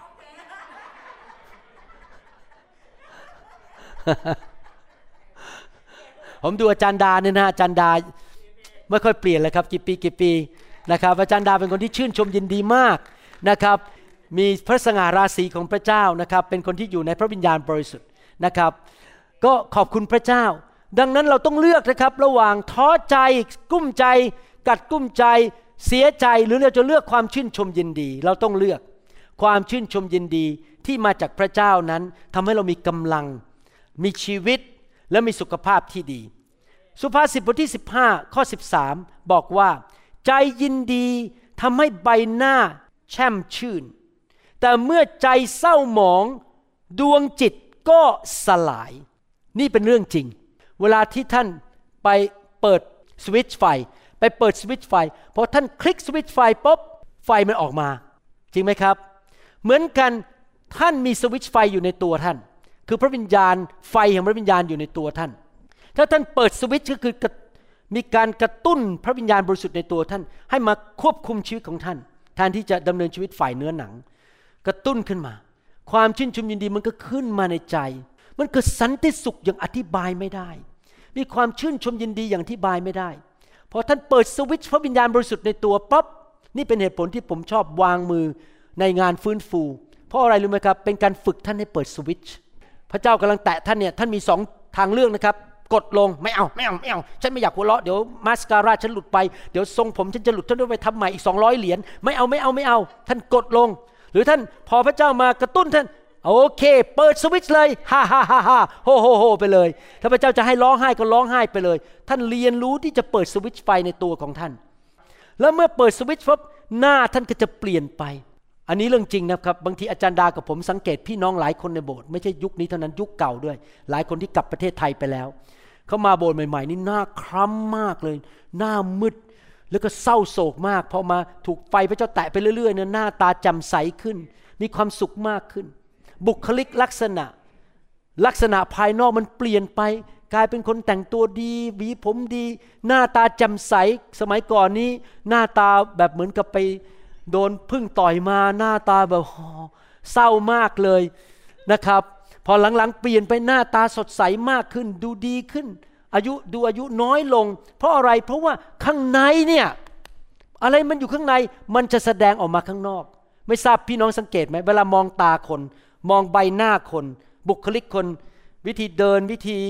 ผมดูอาจารย์ดาเนี่ยนะอาจารย์ดาไม่ค่อยเปลี่ยนเลยครับกี่ปีกี่ปีนะครับอาจารย์ดาเป็นคนที่ชื่นชมยินดีมากนะครับมีพระสง่าราศีของพระเจ้านะครับเป็นคนที่อยู่ในพระวิญญาณบริสุทธิ์นะครับก็ขอบคุณพระเจ้าดังนั้นเราต้องเลือกนะครับระหว่างท้อใจกุ้มใจกัดกุ้มใจเสียใจหรือเราจะเลือกความชื่นชมยินดีเราต้องเลือกความชื่นชมยินดีที่มาจากพระเจ้านั้นทำให้เรามีกำลังมีชีวิตและมีสุขภาพที่ดีสุภาษิตบทที่สิบห้าข้อสิบสามบอกว่าใจยินดีทำให้ใบหน้าแช่มชื่นแต่เมื่อใจเศร้าหมองดวงจิตก็สลายนี่เป็นเรื่องจริงเวลาที่ท่านไปเปิดสวิตช์ไฟไปเปิดสวิตช์ไฟพอท่านคลิกสวิตช์ไฟปุ๊บไฟมันออกมาจริงไหมครับเหมือนกันท่านมีสวิตช์ไฟอยู่ในตัวท่านคือพระวิญญาณไฟแห่งพระวิญญาณอยู่ในตัวท่านถ้าท่านเปิดสวิตช์ก็คือมีการกระตุ้นพระวิญญาณบริสุทธิ์ในตัวท่านให้มาควบคุมชีวิตของท่านแทนที่จะดำเนินชีวิตฝ่ายเนื้อหนังกระตุ้นขึ้นมาความชื่นชมยินดีมันก็ขึ้นมาในใจมันเกิดสันติสุขอย่างอธิบายไม่ได้มีความชื่นชมยินดีอย่างอธิบายไม่ได้พอท่านเปิดสวิตช์พระวิญญาณบริสุทธิ์ในตัวปั๊บนี่เป็นเหตุผลที่ผมชอบวางมือในงานฟื้นฟูเพราะอะไรรู้ไหมครับเป็นการฝึกท่านให้เปิดสวิตช์พระเจ้ากำลังแตะท่านเนี่ยท่านมีสองทางเลือกนะครับกดลงไม่เอาไม่เอาไม่เอาฉันไม่อยากหัวเราะเดี๋ยวมาสคาร่าฉันหลุดไปเดี๋ยวทรงผมฉันจะหลุดท่านต้องไปทำใหม่อีกสองร้อยเหรียญไม่เอาไม่เอาไม่เอาท่านกดลงหรือท่านพอพระเจ้ามากระตุ้นท่านโอเคเปิดสวิตช์เลยฮ่าฮ่าฮ่าฮ่าโฮโฮโฮไปเลยถ้าพระเจ้าจะให้ร้องไห้ก็ร้องไห้ไปเลยท่านเรียนรู้ที่จะเปิดสวิตช์ไฟในตัวของท่านแล้วเมื่อเปิดสวิตช์ปั๊บหน้าท่านก็จะเปลี่ยนไปอันนี้เรื่องจริงนะครับบางทีอาจารย์ดากับผมสังเกตพี่น้องหลายคนในโบสถ์ไม่ใช่ยุคนี้เท่านั้นยุคเก่าด้วยหลายคนที่กลับประเทศไทยไปแล้วเขามาโบสถ์ใหม่ๆนี่หน้าคล้ำมากเลยหน้ามืดแล้วก็เศร้าโศกมากพอมาถูกไฟพระเจ้าแตะไปเรื่อยๆเนี่ยหน้าตาแจ่มใสขึ้นมีความสุขมากขึ้นบุคลิกลักษณะลักษณะภายนอกมันเปลี่ยนไปกลายเป็นคนแต่งตัวดีหวีผมดีหน้าตาแจ่มใสสมัยก่อนนี้หน้าตาแบบเหมือนกับไปโดนพึ่งต่อยมาหน้าตาแบบเศร้ามากเลยนะครับพอหลังๆเปลี่ยนไปหน้าตาสดใสมากขึ้นดูดีขึ้นอายุดูอายุน้อยลงเพราะอะไรเพราะว่าข้างในเนี่ยอะไรมันอยู่ข้างในมันจะแสดงออกมาข้างนอกไม่ทราบพี่น้องสังเกตไหมเวลามองตาคนมองใบหน้าคนบุคลิกคนวิธีเดินวิธี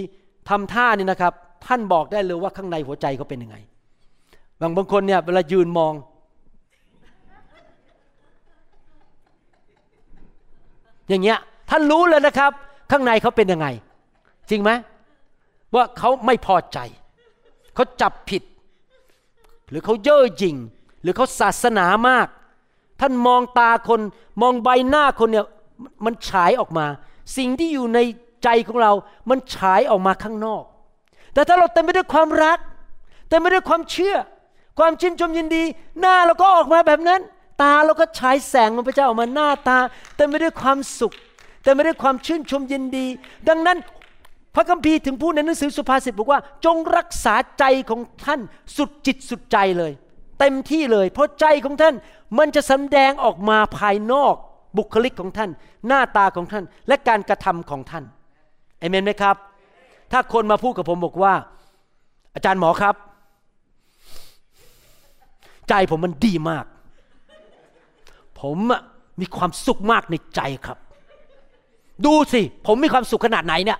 ทำท่านี่นะครับท่านบอกได้เลยว่าข้างในหัวใจเขาเป็นยังไงบางบางคนเนี่ยเวลายืนมองอย่างเงี้ยท่านรู้เลยนะครับข้างในเขาเป็นยังไงจริงไหมว่าเขาไม่พอใจเขาจับผิดหรือเขาเย่อหยิ่งหรือเขาศาสนามากท่านมองตาคนมองใบหน้าคนเนี่ยมันฉายออกมาสิ่งที่อยู่ในใจของเรามันฉายออกมาข้างนอกแต่ถ้าเราเต็มไปด้วยความรักเต็มไปด้วยความเชื่อความชื่นชมยินดีหน้าเราก็ออกมาแบบนั้นตาเราก็ฉายแสงของพระเจ้าออกมาหน้าตาเต็มไปด้วยความสุขเต็มไปด้วยความชื่นชมยินดีดังนั้นพระคัมภีร์ถึงพูดในหนังสือสุภาษิตบอกว่าจงรักษาใจของท่านสุดจิตสุดใจเลยเต็มที่เลยเพราะใจของท่านมันจะแสดงออกมาภายนอกบุคลิกของท่านหน้าตาของท่านและการกระทำของท่านเอเมนไหมครับถ้าคนมาพูดกับผมบอกว่าอาจารย์หมอครับใจผมมันดีมากผมมีความสุขมากในใจครับดูสิผมมีความสุขขนาดไหนเนี่ย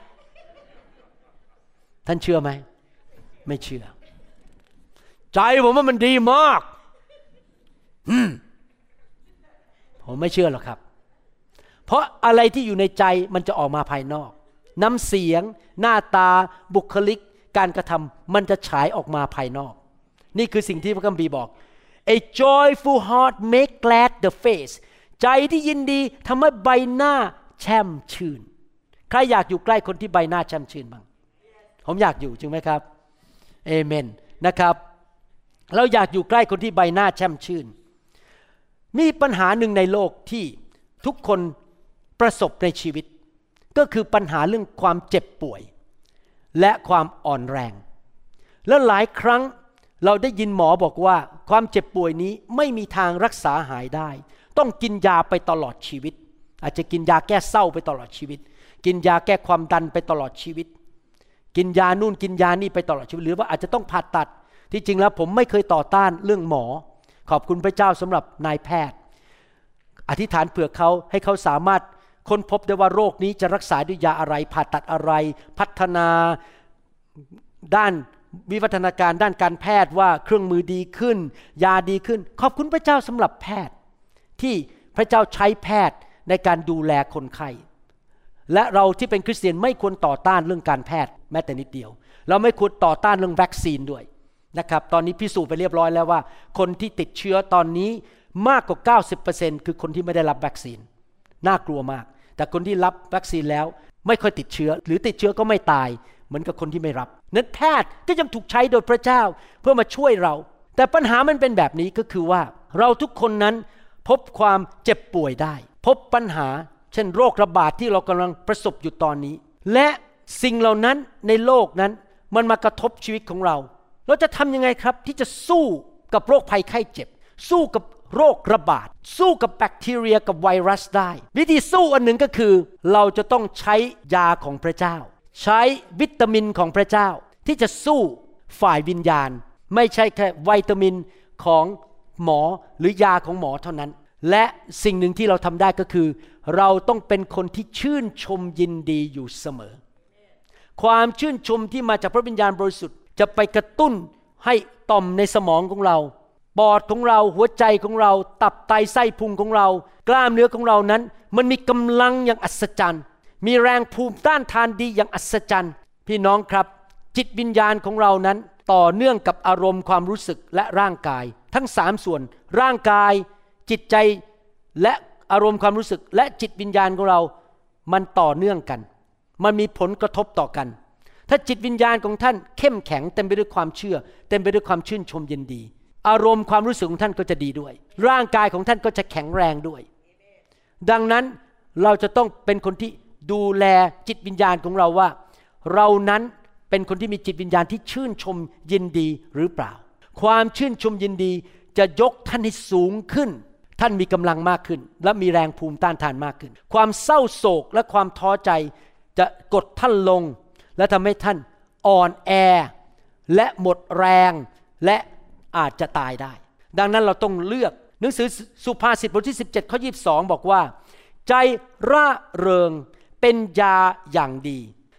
ท่านเชื่อไหมไม่เชื่อใจผมว่ามันดีมากอืมผมไม่เชื่อหรอกครับเพราะอะไรที่อยู่ในใจมันจะออกมาภายนอกน้ำเสียงหน้าตาบุคลิกการกระทำมันจะฉายออกมาภายนอกนี่คือสิ่งที่พระคัมภีร์บอก A joyful heart make glad the face ใจที่ยินดีทำให้ใบหน้าแช่มชื่นใครอยากอยู่ใกล้คนที่ใบหน้าแช่มชื่นบ้างผมอยากอยู่จริงไหมครับเอเมนนะครับเราอยากอยู่ใกล้คนที่ใบหน้าแช่มชื่นมีปัญหาหนึ่งในโลกที่ทุกคนประสบในชีวิตก็คือปัญหาเรื่องความเจ็บป่วยและความอ่อนแรงและหลายครั้งเราได้ยินหมอบอกว่าความเจ็บป่วยนี้ไม่มีทางรักษาหายได้ต้องกินยาไปตลอดชีวิตอาจจะกินยาแก้เศร้าไปตลอดชีวิตกินยาแก้ความดันไปตลอดชีวิตกินยานู่นกินยานี่ไปตลอดชีวิตหรือว่าอาจจะต้องผ่าตัดที่จริงแล้วผมไม่เคยต่อต้านเรื่องหมอขอบคุณพระเจ้าสำหรับนายแพทย์อธิษฐานเผื่อเขาให้เขาสามารถค้นพบได้ว่าโรคนี้จะรักษาด้วยยาอะไรผ่าตัดอะไรพัฒนาด้านวิวัฒนาการด้านการแพทย์ว่าเครื่องมือดีขึ้นยาดีขึ้นขอบคุณพระเจ้าสำหรับแพทย์ที่พระเจ้าใช้แพทย์ในการดูแลคนไข้และเราที่เป็นคริสเตียนไม่ควรต่อต้านเรื่องการแพทย์แม้แต่นิดเดียวเราไม่ควรต่อต้านเรื่องวัคซีนด้วยนะครับตอนนี้พิสูจน์ไปเรียบร้อยแล้วว่าคนที่ติดเชื้อตอนนี้มากกว่า เก้าสิบเปอร์เซ็นต์ คือคนที่ไม่ได้รับวัคซีนน่ากลัวมากแต่คนที่รับวัคซีนแล้วไม่ค่อยติดเชื้อหรือติดเชื้อก็ไม่ตายเหมือนกับคนที่ไม่รับนั้นแพทย์ก็ยังถูกใช้โดยพระเจ้าเพื่อมาช่วยเราแต่ปัญหามันเป็นแบบนี้ก็คือว่าเราทุกคนนั้นพบความเจ็บป่วยได้พบปัญหาเช่นโรคระบาดที่เรากำลังประสบอยู่ตอนนี้และสิ่งเหล่านั้นในโลกนั้นมันมากระทบชีวิตของเราเราจะทำยังไงครับที่จะสู้กับโรคภัยไข้เจ็บสู้กับโรคระบาดสู้กับแบคทีเรียกับไวรัสได้วิธีสู้อันหนึ่งก็คือเราจะต้องใช้ยาของพระเจ้าใช้วิตามินของพระเจ้าที่จะสู้ฝ่ายวิญญาณไม่ใช่แค่วิตามินของหมอหรือยาของหมอเท่านั้นและสิ่งหนึ่งที่เราทำได้ก็คือเราต้องเป็นคนที่ชื่นชมยินดีอยู่เสมอความชื่นชมที่มาจากพระวิญญาณบริสุทธิ์จะไปกระตุ้นให้ต่อมในสมองของเราปอดของเราหัวใจของเราตับไตไส้พุงของเรากล้ามเนื้อของเรานั้นมันมีกำลังอย่างอัศจรรย์มีแรงภูมิต้านทานดีอย่างอัศจรรย์พี่น้องครับจิตวิญญาณของเรานั้นต่อเนื่องกับอารมณ์ความรู้สึกและร่างกายทั้งสามส่วนร่างกายจิตใจและอารมณ์ความรู้สึกและจิตวิญญาณของเรามันต่อเนื่องกันมันมีผลกระทบต่อกันถ้าจิตวิญญาณของท่านเข้มแข็งเต็มไปด้วยความเชื่อเต็มไปด้วยความชื่นชมยินดีอารมณ์ความรู้สึกของท่านก็จะดีด้วยร่างกายของท่านก็จะแข็งแรงด้วยดังนั้นเราจะต้องเป็นคนที่ดูแลจิตวิญญาณของเราว่าเรานั้นเป็นคนที่มีจิตวิญญาณที่ชื่นชมยินดีหรือเปล่าความชื่นชมยินดีจะยกท่านให้สูงขึ้นท่านมีกำลังมากขึ้นและมีแรงภูมิต้านทานมากขึ้นความเศร้าโศกและความท้อใจจะกดท่านลงและทำให้ท่านอ่อนแอและหมดแรงและอาจจะตายได้ดังนั้นเราต้องเลือกหนังสือสุภาษิตบทที่สิบเจ็ดข้อยี่สิบสองบอกว่าใจร่าเริงเป็นยาอย่างดี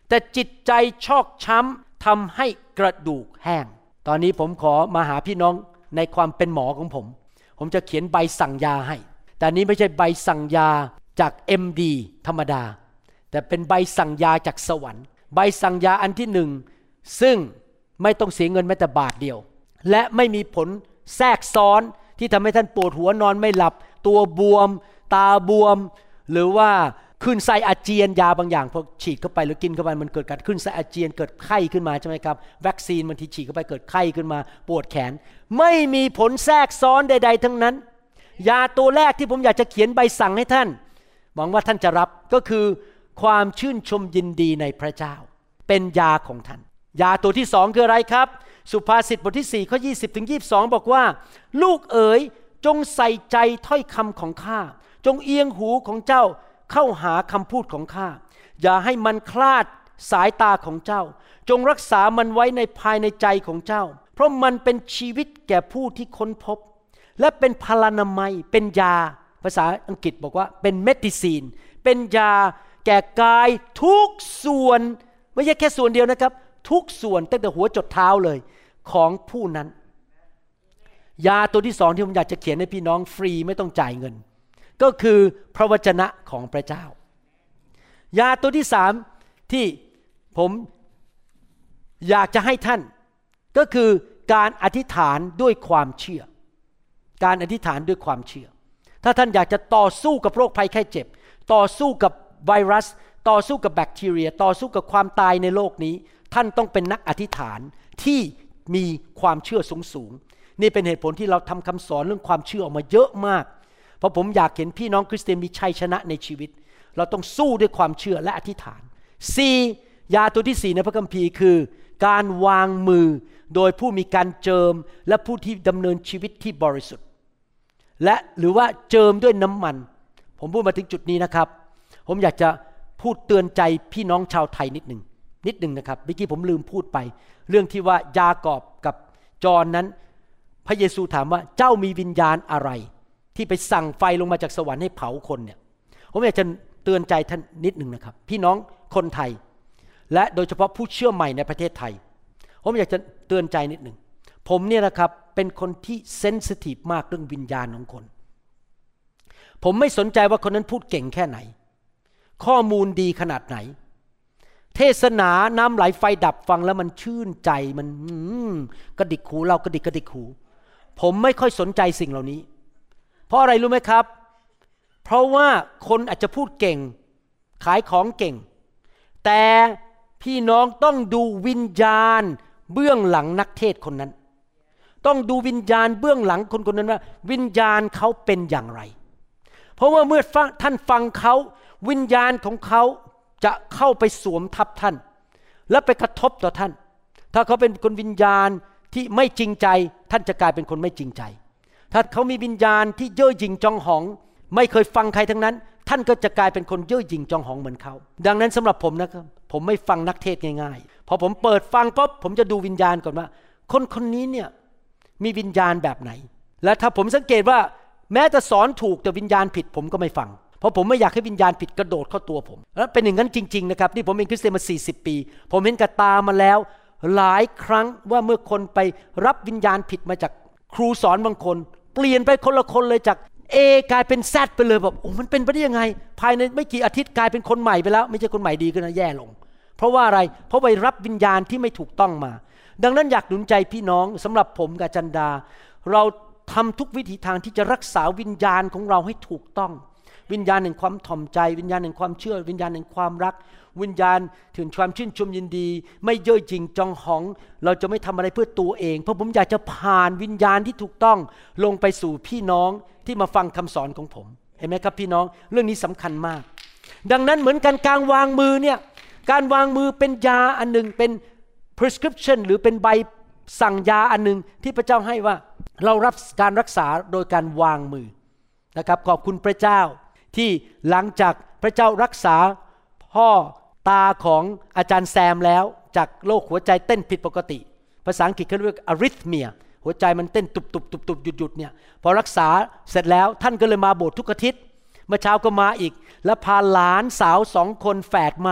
แต่จิตใจชอกช้ำทำให้กระดูกแห้งตอนนี้ผมขอมาหาพี่น้องในความเป็นหมอของผมผมจะเขียนใบสั่งยาให้แต่นี้ไม่ใช่ใบสั่งยาจาก เอ็ม ดี ธรรมดาแต่เป็นใบสั่งยาจากสวรรค์ใบสั่งยาอันที่หนึ่งซึ่งไม่ต้องเสียเงินแม้แต่บาทเดียวและไม่มีผลแทรกซ้อนที่ทำให้ท่านปวดหัวนอนไม่หลับตัวบวมตาบวมหรือว่าขึ้นไส้อาเจียนยาบางอย่างพอฉีดเข้าไปหรือกินเข้าไปมันเกิดการขึ้นไส้อาเจียนเกิดไข้ขึ้นมาใช่ไหมครับวัคซีนบางทีฉีดเข้าไปเกิดไข้ขึ้นมาปวดแขนไม่มีผลแทรกซ้อนใดๆทั้งนั้นยาตัวแรกที่ผมอยากจะเขียนใบสั่งให้ท่านหวังว่าท่านจะรับก็คือความชื่นชมยินดีในพระเจ้าเป็นยาของท่านยาตัวที่สองคืออะไรครับสุภาษิตบทที่สี่ข้อยี่สิบถึงยี่สิบสองบอกว่าลูกเอ๋ยจงใส่ใจถ้อยคำของข้าจงเอียงหูของเจ้าเข้าหาคำพูดของข้าอย่าให้มันคลาดสายตาของเจ้าจงรักษามันไว้ในภายในใจของเจ้าเพราะมันเป็นชีวิตแก่ผู้ที่ค้นพบและเป็นพลานามัยเป็นยาภาษาอังกฤษบอกว่าเป็นเมดิซีนเป็นยาแก่กายทุกส่วนไม่ใช่แค่ส่วนเดียวนะครับทุกส่วนตั้งแต่หัวจดเท้าเลยของผู้นั้นยาตัวที่สองที่ผมอยากจะเขียนให้พี่น้องฟรีไม่ต้องจ่ายเงินก็คือพระวจนะของพระเจ้ายาตัวที่สามที่ผมอยากจะให้ท่านก็คือการอธิษฐานด้วยความเชื่อการอธิษฐานด้วยความเชื่อถ้าท่านอยากจะต่อสู้กับโรคภัยไข้เจ็บต่อสู้กับไวรัสต่อสู้กับแบคทีเรียต่อสู้กับความตายในโลกนี้ท่านต้องเป็นนักอธิษฐานที่มีความเชื่อสูงๆนี่เป็นเหตุผลที่เราทำคำสอนเรื่องความเชื่อออกมาเยอะมากเพราะผมอยากเห็นพี่น้องคริสเตียนมีชัยชนะในชีวิตเราต้องสู้ด้วยความเชื่อและอธิษฐาน สี่. ยาตัวที่สี่ในพระคัมภีร์คือการวางมือโดยผู้มีการเจิมและผู้ที่ดำเนินชีวิตที่บริสุทธิ์และหรือว่าเจิมด้วยน้ำมันผมพูดมาถึงจุดนี้นะครับผมอยากจะพูดเตือนใจพี่น้องชาวไทยนิดหนึ่งนิดหนึ่งนะครับเมื่อกี้ผมลืมพูดไปเรื่องที่ว่ายากอบกับจอห์นนั้นพระเยซูถามว่าเจ้ามีวิญญาณอะไรที่ไปสั่งไฟลงมาจากสวรรค์ให้เผาคนเนี่ยผมอยากจะเตือนใจท่านนิดหนึ่งนะครับพี่น้องคนไทยและโดยเฉพาะผู้เชื่อใหม่ในประเทศไทยผมอยากจะเตือนใจนิดหนึ่งผมเนี่ยนะครับเป็นคนที่เซนซิทีฟมากเรื่องวิญญาณของคนผมไม่สนใจว่าคนนั้นพูดเก่งแค่ไหนข้อมูลดีขนาดไหนเทศนาน้ำไหลไฟดับฟังแล้วมันชื่นใจมันกระดิกหูเรากระดิกกระดิกหูผมไม่ค่อยสนใจสิ่งเหล่านี้เพราะอะไรรู้ไหมครับเพราะว่าคนอาจจะพูดเก่งขายของเก่งแต่พี่น้องต้องดูวิญญาณเบื้องหลังนักเทศคนนั้นต้องดูวิญญาณเบื้องหลังคนคนนั้นว่าวิญญาณเขาเป็นอย่างไรเพราะว่าเมื่อท่านฟังเขาวิญญาณของเขาจะเข้าไปสวมทับท่านและไปกระทบต่อท่านถ้าเขาเป็นคนวิญญาณที่ไม่จริงใจท่านจะกลายเป็นคนไม่จริงใจถ้าเขามีวิญญาณที่เย่อหยิ่งจองหองไม่เคยฟังใครทั้งนั้นท่านก็จะกลายเป็นคนเย่อหยิ่งจองหองเหมือนเขาดังนั้นสำหรับผมนะครับผมไม่ฟังนักเทศง่ายๆพอผมเปิดฟังปุ๊บผมจะดูวิญญาณก่อนว่าคนคนนี้เนี่ยมีวิญญาณแบบไหนและถ้าผมสังเกตว่าแม้จะสอนถูกแต่วิญญาณผิดผมก็ไม่ฟังเพราะผมไม่อยากให้วิญญาณผิดกระโดดเข้าตัวผมและเป็นอย่างนั้นจริงๆนะครับนี่ผมเป็นคริสเตียนมาสี่สิบปีผมเห็นกับตามาแล้วหลายครั้งว่าเมื่อคนไปรับวิญญาณผิดมาจากครูสอนบางคนเปลี่ยนไปคนละคนเลยจากเอกลายเป็นแซดไปเลยแบบโอ้มันเป็นไปได้ยังไงภายในไม่กี่อาทิตย์กลายเป็นคนใหม่ไปแล้วไม่ใช่คนใหม่ดีขึ้นนะแย่ลงเพราะว่าอะไรเพราะไปรับวิญญาณที่ไม่ถูกต้องมาดังนั้นอยากหนุนใจพี่น้องสำหรับผมกับจันดาเราทำทุกวิถีทางที่จะรักษาวิญญาณของเราให้ถูกต้องวิญญาณแห่งความถ่อมใจวิญญาณแห่งความเชื่อวิญญาณแห่งความรักวิญญาณถึงความชื่นชมยินดีไม่เย่อหยิ่งจองหองเราจะไม่ทำอะไรเพื่อตัวเองเพราะผมอยากจะผ่านวิญญาณที่ถูกต้องลงไปสู่พี่น้องที่มาฟังคำสอนของผมเห็นไหมครับพี่น้องเรื่องนี้สำคัญมากดังนั้นเหมือนกันการวางมือเนี่ยการวางมือเป็นยาอันนึงเป็น prescription หรือเป็นใบสั่งยาอันนึงที่พระเจ้าให้ว่าเรารับการรักษาโดยการวางมือนะครับขอบคุณพระเจ้าที่หลังจากพระเจ้ารักษาพ่อตาของอาจารย์แซมแล้วจากโรคหัวใจเต้นผิดปกติภาษาอังกฤษเขาเรียก arrhythmia หัวใจมันเต้นตุบตุบตุบตุบหยุดหยุดเนี่ยพอรักษาเสร็จแล้วท่านก็เลยมาโบสถ์ทุกอาทิตย์เมื่อเช้าก็มาอีกแล้วพาหลานสาวสองคนแฝดมา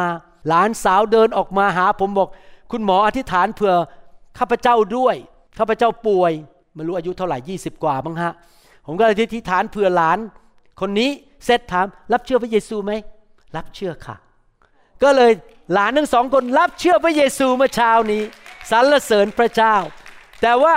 หลานสาวเดินออกมาหาผมบอกคุณหมออธิษฐานเผื่อข้าพเจ้าด้วยข้าพเจ้าป่วยไม่รู้อายุเท่าไหร่ยี่สิบกว่าบ้างฮะผมก็อธิษฐานเผื่อหลานคนนี้เสร็จถามรับเชื่อพระเยซูไหมรับเชื่อค่ะก็เลยหลานทั้งสองคนรับเชื่อพระเยซูเมื่อเช้านี้สรรเสริญพระเจ้าแต่ว่า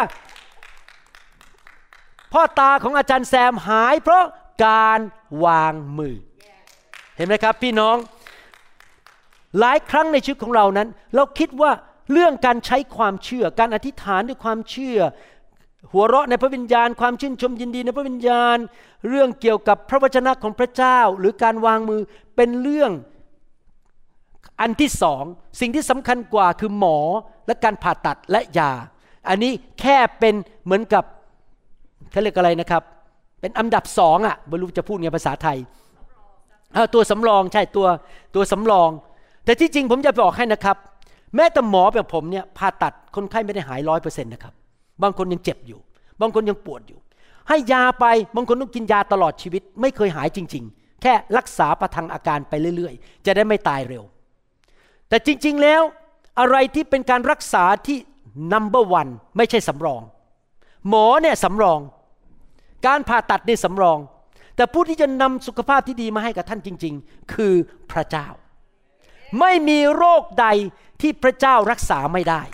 พ่อตาของอาจารย์แซมหายเพราะการวางมือเห็นไหมครับพี่น้องหลายครั้งในชีวิตของเรานั้นเราคิดว่าเรื่องการใช้ความเชื่อการอธิษฐานด้วยความเชื่อหัวเราะในพระวิญญาณความชื่นชมยินดีในพระวิญญาณเรื่องเกี่ยวกับพระวจนะของพระเจ้าหรือการวางมือเป็นเรื่องอันที่สองสิ่งที่สำคัญกว่าคือหมอและการผ่าตัดและยาอันนี้แค่เป็นเหมือนกับเขาเรียกอะไรนะครับเป็นอันดับสองอ่ะไม่รู้จะพูดไงภาษาไทยตัวสำรองใช่ตัวตัวสำรองแต่ที่จริงผมจะบอกให้นะครับแม้แต่หมอแบบผมเนี่ยผ่าตัดคนไข้ไม่ได้หาย ร้อยเปอร์เซ็นต์ นะครับบางคนยังเจ็บอยู่บางคนยังปวดอยู่ให้ยาไปบางคนต้องกินยาตลอดชีวิตไม่เคยหายจริงๆแค่รักษาประทังอาการไปเรื่อยๆจะได้ไม่ตายเร็วแต่จริงๆแล้วอะไรที่เป็นการรักษาที่ number one ไม่ใช่สำรองหมอเนี่ยสำรองการผ่าตัดนี่สำรองแต่ผู้ที่จะนำสุขภาพที่ดีมาให้กับท่านจริงๆคือพระเจ้าไม่มีโรคใดที่พระเจ้ารักษาไม่ได้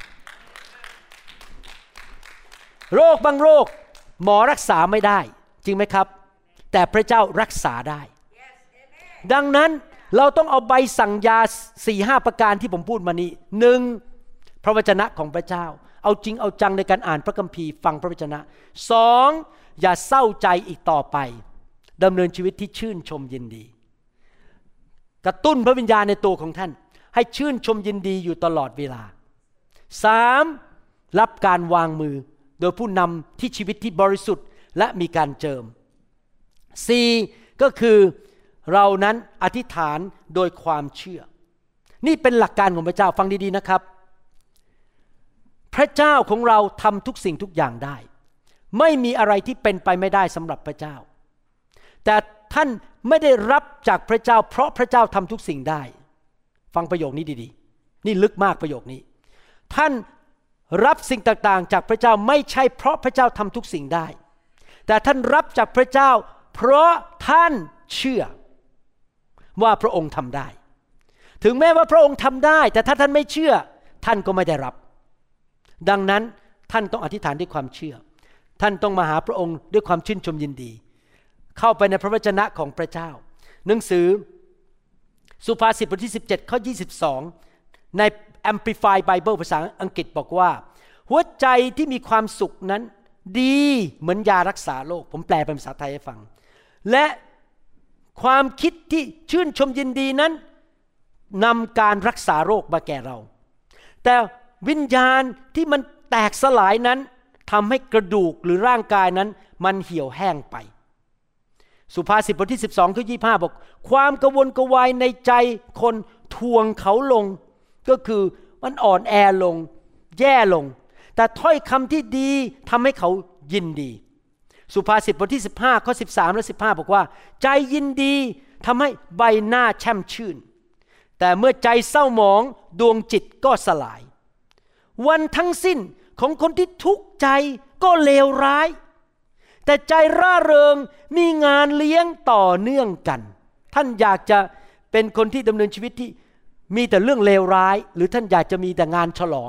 โรคบางโรคหมอรักษาไม่ได้จริงไหมครับแต่พระเจ้ารักษาได้ดังนั้นเราต้องเอาใบสั่งยา สี่ห้า ประการที่ผมพูดมานี้หนึ่งพระวจนะของพระเจ้าเอาจริงเอาจังในการอ่านพระคัมภีร์ฟังพระวจนะสองอย่าเศร้าใจอีกต่อไปดำเนินชีวิตที่ชื่นชมยินดีกระตุ้นพระวิญญาณในตัวของท่านให้ชื่นชมยินดีอยู่ตลอดเวลาสามรับการวางมือโดยผู้นำที่ชีวิตที่บริสุทธิ์และมีการเจิมสี่ก็คือเรานั้นอธิษฐานโดยความเชื่อนี่เป็นหลักการของพระเจ้าฟังดีๆนะครับพระเจ้าของเราทำทุกสิ่งทุกอย่างได้ไม่มีอะไรที่เป็นไปไม่ได้สำหรับพระเจ้าแต่ท่านไม่ได้รับจากพระเจ้าเพราะพระเจ้าทำทุกสิ่งได้ฟังประโยคนี้ดีๆนี่ลึกมากประโยคนี้ท่านรับสิ่งต่างๆจากพระเจ้าไม่ใช่เพราะพระเจ้าทำทุกสิ่งได้แต่ท่านรับจากพระเจ้าเพราะท่านเชื่อว่าพระองค์ทำได้ถึงแม้ว่าพระองค์ทำได้แต่ถ้าท่านไม่เชื่อท่านก็ไม่ได้รับดังนั้นท่านต้องอธิษฐานด้วยความเชื่อท่านต้องมาหาพระองค์ด้วยความชื่นชมยินดีเข้าไปในพระวจนะของพระเจ้าหนังสือสุภาษิตบทที่สิบเจ็ดข้อยี่สิบสองใน Amplified Bible ภาษาอังกฤษบอกว่าหัวใจที่มีความสุขนั้นดีเหมือนยารักษาโรคผมแปลเป็นภาษาไทยให้ฟังและความคิดที่ชื่นชมยินดีนั้นนำการรักษาโรคมาแก่เราแต่วิญญาณที่มันแตกสลายนั้นทำให้กระดูกหรือร่างกายนั้นมันเหี่ยวแห้งไปสุภาษิตบทที่สิบสองข้อยี่สิบห้าบอกความกระวนกระวายในใจคนทวงเขาลงก็คือมันอ่อนแอลงแย่ลงแต่ถ้อยคำที่ดีทำให้เขายินดีสุภาษิตบทที่สิบห้าข้อสิบสามและสิบห้าบอกว่าใจยินดีทำให้ใบหน้าแช่มชื่นแต่เมื่อใจเศร้าหมองดวงจิตก็สลายวันทั้งสิ้นของคนที่ทุกข์ใจก็เลวร้ายแต่ใจร่าเริงมีงานเลี้ยงต่อเนื่องกันท่านอยากจะเป็นคนที่ดำเนินชีวิตที่มีแต่เรื่องเลวร้ายหรือท่านอยากจะมีแต่งานฉลอง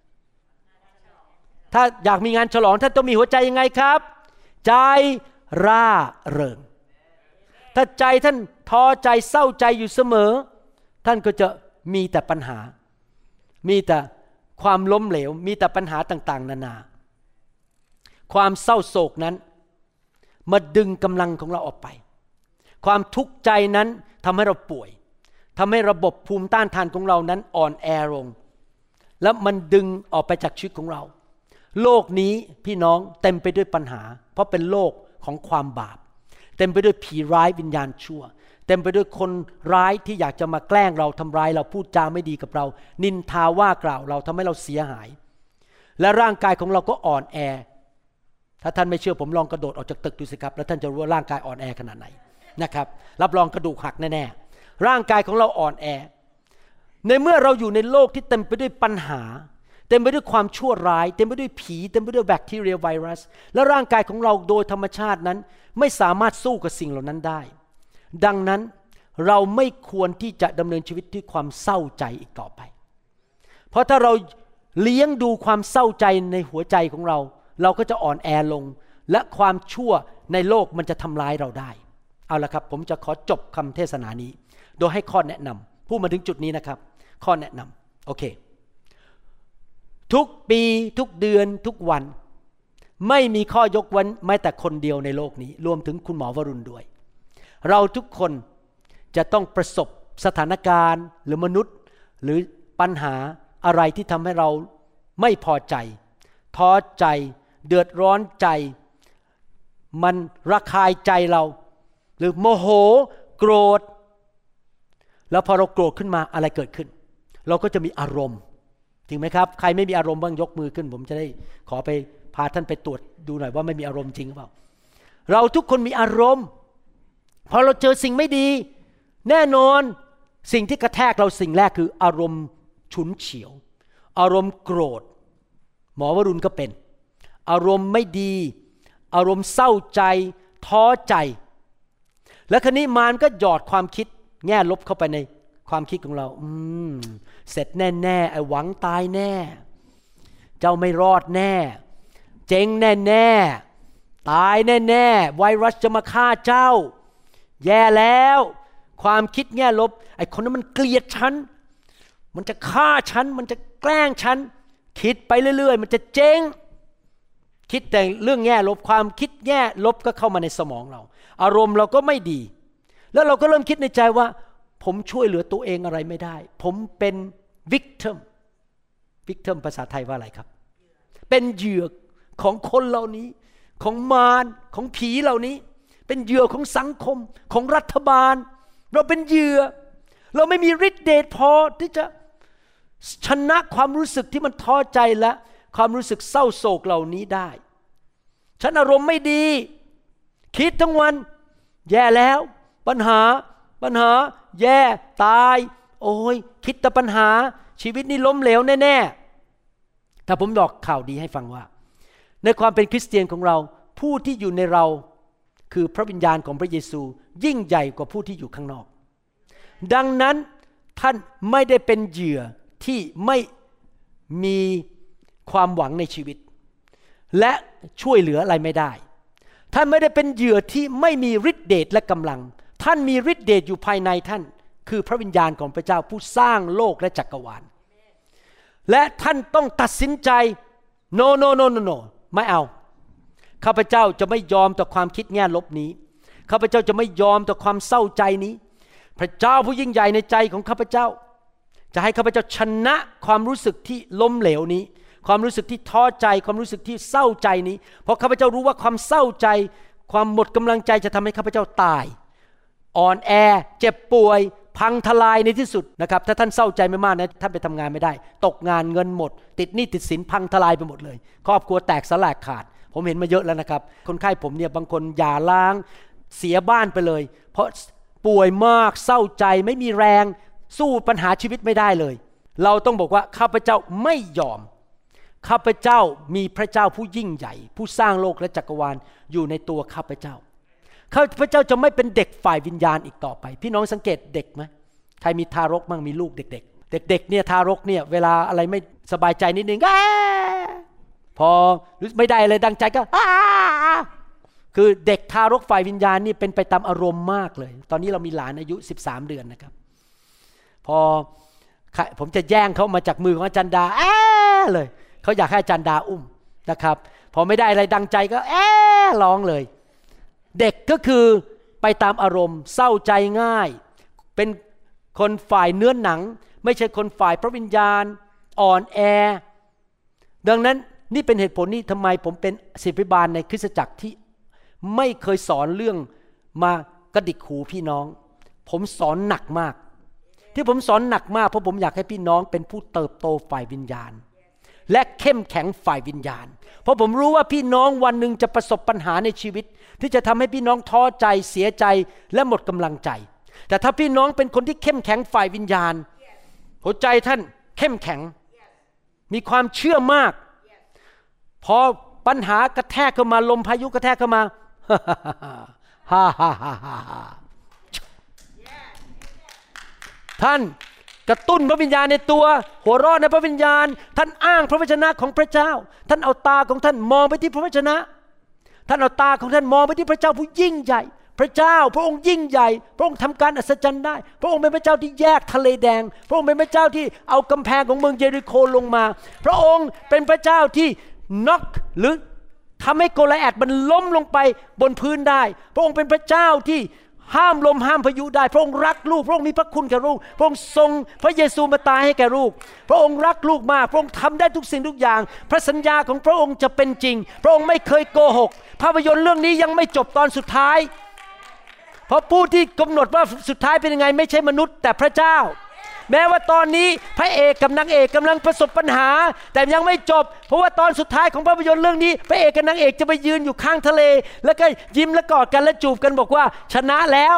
ถ้าอยากมีงานฉลองท่านต้องมีหัวใจยังไงครับใจร่าเริงถ้าใจท่านท้อใจเศร้าใจอยู่เสมอท่านก็จะมีแต่ปัญหามีแต่ความล้มเหลวมีแต่ปัญหาต่างๆนานาความเศร้าโศกนั้นมาดึงกำลังของเราออกไปความทุกข์ใจนั้นทำให้เราป่วยทำให้ระบบภูมิต้านทานของเรานั้นอ่อนแอลงแล้วมันดึงออกไปจากชีวิตของเราโลกนี้พี่น้องเต็มไปด้วยปัญหาเพราะเป็นโลกของความบาปเต็มไปด้วยผีร้ายวิญญาณชั่วเต็มไปด้วยคนร้ายที่อยากจะมาแกล้งเราทำร้ายเราพูดจาไม่ดีกับเรานินทาว่ากล่าวเราทำให้เราเสียหายและร่างกายของเราก็อ่อนแอถ้าท่านไม่เชื่อผมลองกระโดดออกจากตึกดูสิครับแล้วท่านจะรู้ว่าร่างกายอ่อนแอขนาดไหนนะครับรับรองกระดูกหักแน่ๆร่างกายของเราอ่อนแอในเมื่อเราอยู่ในโลกที่เต็มไปด้วยปัญหาเต็มไปด้วยความชั่วร้ายเต็มไปด้วยผีเต็มไปด้วยแบคทีเรียไวรัสและร่างกายของเราโดยธรรมชาตินั้นไม่สามารถสู้กับสิ่งเหล่านั้นได้ดังนั้นเราไม่ควรที่จะดำเนินชีวิตด้วยความเศร้าใจอีกต่อไปเพราะถ้าเราเลี้ยงดูความเศร้าใจในหัวใจของเราเราก็จะอ่อนแอลงและความชั่วในโลกมันจะทำร้ายเราได้เอาละครับผมจะขอจบคำเทศนานี้โดยให้ข้อแนะนำพูดมาถึงจุดนี้นะครับข้อแนะนำโอเคทุกปีทุกเดือนทุกวันไม่มีข้อยกเว้นแม้แต่คนเดียวในโลกนี้รวมถึงคุณหมอวรุณด้วยเราทุกคนจะต้องประสบสถานการณ์หรือมนุษย์หรือปัญหาอะไรที่ทำให้เราไม่พอใจท้อใจเดือดร้อนใจมันระคายใจเราหรือโมโหโกรธแล้วพอเราโกรธขึ้นมาอะไรเกิดขึ้นเราก็จะมีอารมณ์จริงไหมครับใครไม่มีอารมณ์บ้างยกมือขึ้นผมจะได้ขอไปพาท่านไปตรวจดูหน่อยว่าไม่มีอารมณ์จริงหรือเปล่าเราทุกคนมีอารมณ์พอเราเจอสิ่งไม่ดีแน่นอนสิ่งที่กระแทกเราสิ่งแรกคืออารมณ์ฉุนเฉียวอารมณ์โกรธหมอวรุณก็เป็นอารมณ์ไม่ดีอารมณ์เศร้าใจท้อใจแล้วคราวนี้มารก็หยอดความคิดแง่ลบเข้าไปในความคิดของเราอืมเสร็จแน่ๆไอ้หวังตายแน่เจ้าไม่รอดแน่เจ๊งแน่ๆตายแน่ๆไวรัสจะมาฆ่าเจ้าแย่แล้วความคิดแง่ลบไอ้คนนั้นมันเกลียดฉันมันจะฆ่าฉันมันจะแกล้งฉันคิดไปเรื่อยๆมันจะเจ๊งคิดแต่เรื่องแง่ลบความคิดแง่ลบก็เข้ามาในสมองเราอารมณ์เราก็ไม่ดีแล้วเราก็เริ่มคิดในใจว่าผมช่วยเหลือตัวเองอะไรไม่ได้ผมเป็น victim victim ภาษาไทยว่าอะไรครับเป็นเหยื่อของคนเหล่านี้ของมารของผีเหล่านี้เป็นเหยื่อของสังคมของรัฐบาลเราเป็นเหยื่อเราไม่มีฤทธิ์เดชพอที่จะชนะความรู้สึกที่มันท้อใจและความรู้สึกเศร้าโศกเหล่านี้ได้ฉันอารมณ์ไม่ดีคิดทั้งวันแย่แล้วปัญหาปัญหาแย่ตายโอ้ยคิดแต่ปัญหาชีวิตนี้ล้มเหลวแน่ๆแต่ผมบอกข่าวดีให้ฟังว่าในความเป็นคริสเตียนของเราผู้ที่อยู่ในเราคือพระวิญญาณของพระเยซูยิ่งใหญ่กว่าผู้ที่อยู่ข้างนอกดังนั้นท่านไม่ได้เป็นเหยื่อที่ไม่มีความหวังในชีวิตและช่วยเหลืออะไรไม่ได้ท่านไม่ได้เป็นเหยื่อที่ไม่มีฤทธิ์เดชและกำลังท่านมีฤทธิ์เดชอยู่ภายในท่านคือพระวิญญาณของพระเจ้าผู้สร้างโลกและจักรวาลและท่านต้องตัดสินใจ no no no no no ไม่เอาข้าพเจ้าจะไม่ยอมต่อความคิดแง่ลบนี้ข้าพเจ้าจะไม่ยอมต่อความเศร้าใจนี้พระเจ้าผู้ยิ่งใหญ่ในใจของข้าพเจ้าจะให้ข้าพเจ้าชนะความรู้สึกที่ล้มเหลวนี้ความรู้สึกที่ท้อใจความรู้สึกที่เศร้าใจนี้เพราะข้าพเจ้ารู้ว่าความเศร้าใจความหมดกำลังใจจะทำให้ข้าพเจ้าตายอ่อนแอเจ็บป่วยพังทลายในที่สุดนะครับถ้าท่านเศร้าใจไม่มากนะท่านไปทำงานไม่ได้ตกงานเงินหมดติดหนี้ติดสินพังทลายไปหมดเลยครอบครัวแตกสลายขาดผมเห็นมาเยอะแล้วนะครับคนไข้ผมเนี่ยบางคนหย่าร้างเสียบ้านไปเลยเพราะป่วยมากเศร้าใจไม่มีแรงสู้ปัญหาชีวิตไม่ได้เลยเราต้องบอกว่าข้าพเจ้าไม่ยอมข้าพเจ้ามีพระเจ้าผู้ยิ่งใหญ่ผู้สร้างโลกและจักรวาลอยู่ในตัวข้าพเจ้าข้าพเจ้าจะไม่เป็นเด็กฝ่ายวิญญาณอีกต่อไปพี่น้องสังเกตเด็กไหมใครมีทารกมั่งมีลูกเด็กๆเด็กๆเนี่ยทารกเนี่ยเวลาอะไรไม่สบายใจนิดนึงพอไม่ได้อะไรดังใจก็คือเด็กทารกฝ่ายวิญญาณนี่เป็นไปตามอารมณ์มากเลยตอนนี้เรามีหลานอายุสิบสามเดือนนะครับพอผมจะแย่งเขามาจากมือของอาจารย์ดาแอ้เลยเขาอยากให้อาจารย์ดาอุ้มนะครับพอไม่ได้อะไรดังใจก็แอ้ร้องเลยเด็กก็คือไปตามอารมณ์เศร้าใจง่ายเป็นคนฝ่ายเนื้อหนังไม่ใช่คนฝ่ายพระวิญญาณอ่อนแอดังนั้นนี่เป็นเหตุผลนี้ทำไมผมเป็นศิษยาภิบาลในคริสตจักรที่ไม่เคยสอนเรื่องมากระดิกหูพี่น้องผมสอนหนักมากที่ผมสอนหนักมากเพราะผมอยากให้พี่น้องเป็นผู้เติบโตฝ่ายวิญญาณและเข้มแข็งฝ่ายวิญญาณเพราะผมรู้ว่าพี่น้องวันหนึ่งจะประสบปัญหาในชีวิตที่จะทำให้พี่น้องท้อใจเสียใจและหมดกำลังใจแต่ถ้าพี่น้องเป็นคนที่เข้มแข็งฝ่ายวิญญาณหัวใจท่านเข้มแข็งมีความเชื่อมากพอปัญหากระแทกเข้ามาลมพายุกระแทกเข้ามาฮ่าฮ่าฮ่าฮ่าฮ่าท่านกระตุ้นพระวิญญาณในตัวหัวเราะในพระวิญญาณท่านอ้างพระวจนะของพระเจ้าท่านเอาตาของท่านมองไปที่พระวจนะท่านเอาตาของท่านมองไปที่พระเจ้าผู้ยิ่งใหญ่พระเจ้าพระองค์ยิ่งใหญ่พระองค์ทำการอัศจรรย์ได้พระองค์เป็นพระเจ้าที่แยกทะเลแดงพระองค์เป็นพระเจ้าที่เอากำแพงของเมืองเยริโคลงมาพระองค์เป็นพระเจ้าที่น็อกหรือทำให้โกลิแอธมันล้มลงไปบนพื้นได้พระองค์เป็นพระเจ้าที่ห้ามลมห้ามพายุได้พระองค์รักลูกพระองค์มีพระคุณแก่ลูกพระองค์ทรงพระเยซูมาตายให้แก่ลูกพระองค์รักลูกมากพระองค์ทำได้ทุกสิ่งทุกอย่างพระสัญญาของพระองค์จะเป็นจริงพระองค์ไม่เคยโกหกภาพยนตร์เรื่องนี้ยังไม่จบตอนสุดท้ายเพราะผู้ที่กำหนดว่าสุดท้ายเป็นยังไงไม่ใช่มนุษย์แต่พระเจ้าแม้ว่าตอนนี้พระเอกกับนางเอกกำลังประสบปัญหาแต่ยังไม่จบเพราะว่าตอนสุดท้ายของภาพยนตร์เรื่องนี้พระเอกกับนางเอกจะไปยืนอยู่ข้างทะเลแล้วก็ยิ้มและกอดกันและจูบกันบอกว่าชนะแล้ว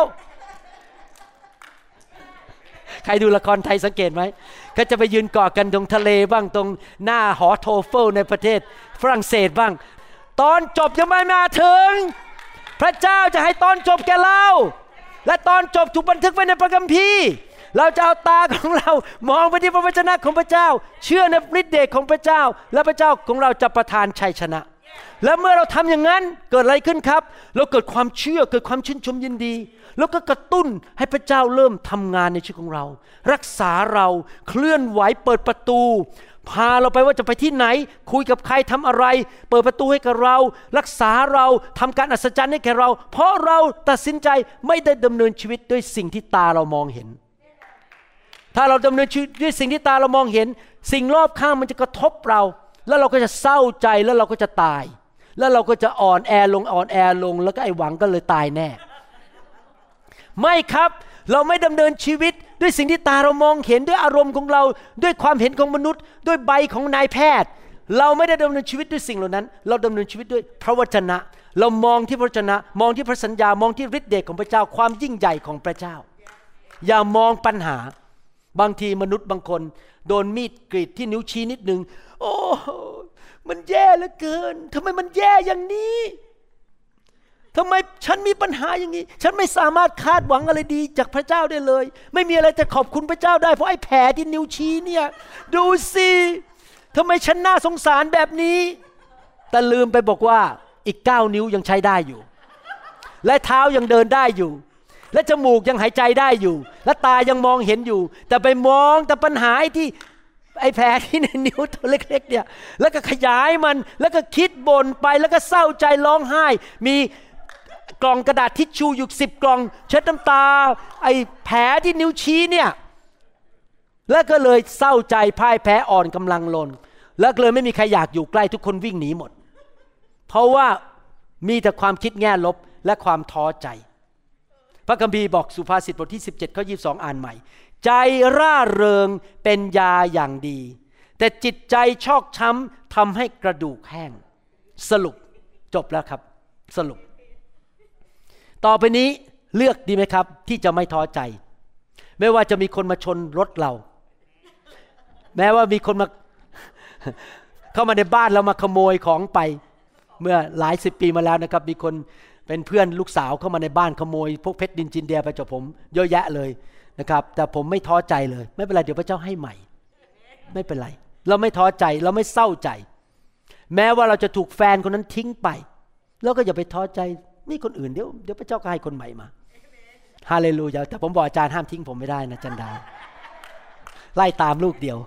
ใครดูละครไทยสังเกตไหมก็จะไปยืนกอดกันตรงทะเลบ้างตรงหน้าหอโทเฟลในประเทศฝรั่งเศสบ้างตอนจบยังไม่มาถึงพระเจ้าจะให้ตอนจบแก่เราและตอนจบถูกบันทึกไว้ในพระคัมภีร์เราจะเอาตาของเรามองไปที่พระวจนะของพระเจ้าเชื่อในฤทธิ์เดชของพระเจ้าและพระเจ้าของเราจะประทานชัยชนะและเมื่อเราทำอย่างนั้นเกิดอะไรขึ้นครับเราเกิดความเชื่อเกิดความชื่นชมยินดีแล้วก็กระตุ้นให้พระเจ้าเริ่มทำงานในชีวิตของเรารักษาเราเคลื่อนไหวเปิดประตูพาเราไปว่าจะไปที่ไหนคุยกับใครทำอะไรเปิดประตูให้กับเรารักษาเราทำการอัศจรรย์ให้แก่เราเพราะเราตัดสินใจไม่ได้ดำเนินชีวิตด้วยสิ่งที่ตาเรามองเห็นถ้าเราดำเนินชีวิตด้วยสิ่งที่ตาเรามองเห็นสิ่งรอบข้างมันจะกระทบเราแล้วเราก็จะเศร้าใจแล้วเราก็จะตายแล้วเราก็จะอ่อนแอลงอ่อนแอลงแล้วก็ไอ้หวังก็เลยตายแน่ไม่ครับเราไม่ดำเนินชีวิตด้วยสิ่งที่ตาเรามองเห็นด้วยอารมณ์ของเราด้วยความเห็นของมนุษย์ด้วยใบของนายแพทย์เราไม่ได้ดำเนินชีวิตด้วยสิ่งเหล่านั้นเราดำเนินชีวิตด้วยพระวจนะเรามองที่พระวจนะมองที่พระสัญญามองที่ฤทธิ์เดชของพระเจ้าความยิ่งใหญ่ของพระเจ้าอย่ามองปัญหาบางทีมนุษย์บางคนโดนมีดกรีดที่นิ้วชี้นิดนึงโอ้มันแย่เหลือเกินทำไมมันแย่อย่างนี้ทำไมฉันมีปัญหาอย่างนี้ฉันไม่สามารถคาดหวังอะไรดีจากพระเจ้าได้เลยไม่มีอะไรจะขอบคุณพระเจ้าได้เพราะไอ้แผลที่นิ้วชี้เนี่ยดูสิทำไมฉันน่าสงสารแบบนี้แต่ลืมไปบอกว่าอีกเก้านิ้วยังใช้ได้อยู่และเท้ายังเดินได้อยู่และจมูกยังหายใจได้อยู่และตายังมองเห็นอยู่แต่ไปมองแต่ปัญหาที่ไอ้แผลที่ในนิ้วตัวเล็กๆเนี่ยแล้วก็ขยายมันแล้วก็คิดบ่นไปแล้วก็เศร้าใจร้องไห้มีกล่องกระดาษทิชชู่อยู่สิบกล่องเช็ดน้ำตาไอ้แผลที่นิ้วชี้เนี่ยแล้วก็เลยเศร้าใจพ่ายแพ้อ่อนกำลังลงแล้วเลยไม่มีใครอยากอยู่ใกล้ทุกคนวิ่งหนีหมดเพราะว่ามีแต่ความคิดแง่ลบและความท้อใจพระคัมภีร์บอกสุภาษิตบทที่สิบเจ็ดข้อยี่สิบสองอ่านใหม่ใจร่าเริงเป็นยาอย่างดีแต่จิตใจชอกช้ำทำให้กระดูกแห้งสรุปจบแล้วครับสรุปต่อไปนี้เลือกดีไหมครับที่จะไม่ท้อใจไม่ว่าจะมีคนมาชนรถเราแม้ว่ามีคนมาเข้ามาในบ้านเรามาขโมยของไปเมื่อหลายสิบปีมาแล้วนะครับมีคนเป็นเพื่อนลูกสาวเข้ามาในบ้านขโมยพวกเพชรดินจินเดียไปจากผมเยอะแยะเลยนะครับแต่ผมไม่ท้อใจเลยไม่เป็นไรเดี๋ยวพระเจ้าให้ใหม่ไม่เป็นไรเราไม่ท้อใจเราไม่เศร้าใจแม้ว่าเราจะถูกแฟนคนนั้นทิ้งไปเราก็อย่าไปท้อใจนี่คนอื่นเดี๋ยวเดี๋ยวพระเจ้าก็ให้คนใหม่มาฮาเลลูยาแต่ผมบอกอาจารย์ห้ามทิ้งผมไม่ได้นะจันดาไล่ตามลูกเดียว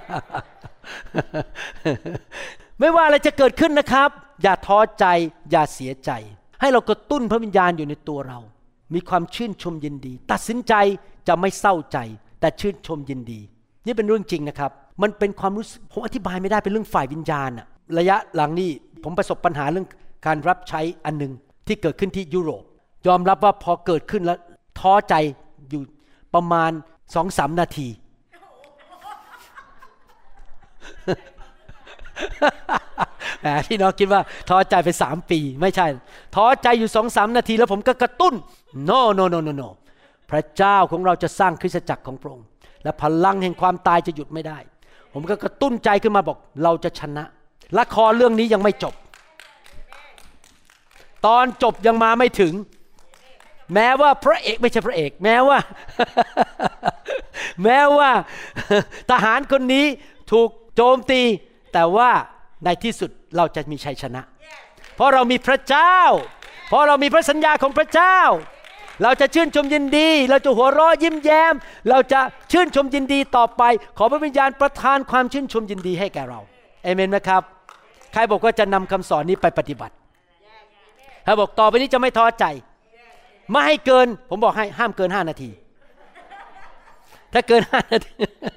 ไม่ว่าอะไรจะเกิดขึ้นนะครับอย่าท้อใจอย่าเสียใจให้เรากระตุ้นพระวิญญาณอยู่ในตัวเรามีความชื่นชมยินดีตัดสินใจจะไม่เศร้าใจแต่ชื่นชมยินดีนี่เป็นเรื่องจริงนะครับมันเป็นความรู้สึกผมอธิบายไม่ได้เป็นเรื่องฝ่ายวิญญาณอะระยะหลังนี้ผมประสบปัญหาเรื่องการรับใช้อันนึงที่เกิดขึ้นที่ยุโรปยอมรับว่าพอเกิดขึ้นแล้วท้อใจอยู่ประมาณ สองถึงสาม นาที แหมพี่น้องคิดว่าท้อใจไปสามปีไม่ใช่ท้อใจอยู่ สองถึงสาม นาทีแล้วผมก็กระตุ้น no no no no no พระเจ้าของเราจะสร้างคริสตจักรของพระองค์และพลังแห่งความตายจะหยุดไม่ได้ผมก็กระตุ้นใจขึ้นมาบอกเราจะชนะละครเรื่องนี้ยังไม่จบตอนจบยังมาไม่ถึงแม้ว่าพระเอกไม่ใช่พระเอกแม้ว่า แม้ว่าทหารคนนี้ถูกโจมตีแต่ว่าในที่สุดเราจะมีชัยชนะเพราะเรามีพระเจ้าเพราะเรามีพระสัญญาของพระเจ้าเราจะชื่นชมยินดีเราจะหัวเราะยิ้มแย้มเราจะชื่นชมยินดีต่อไปขอพระวิญญาณประทานความชื่นชมยินดีให้แก่เราเอเมนไหมครับใครบอกว่าจะนำคำสอนนี้ไปปฏิบัติใครบอกต่อไปนี้จะไม่ท้อใจไม่ให้เกินผมบอกให้ห้ามเกินห้านาทีถ้าเกินห้านาที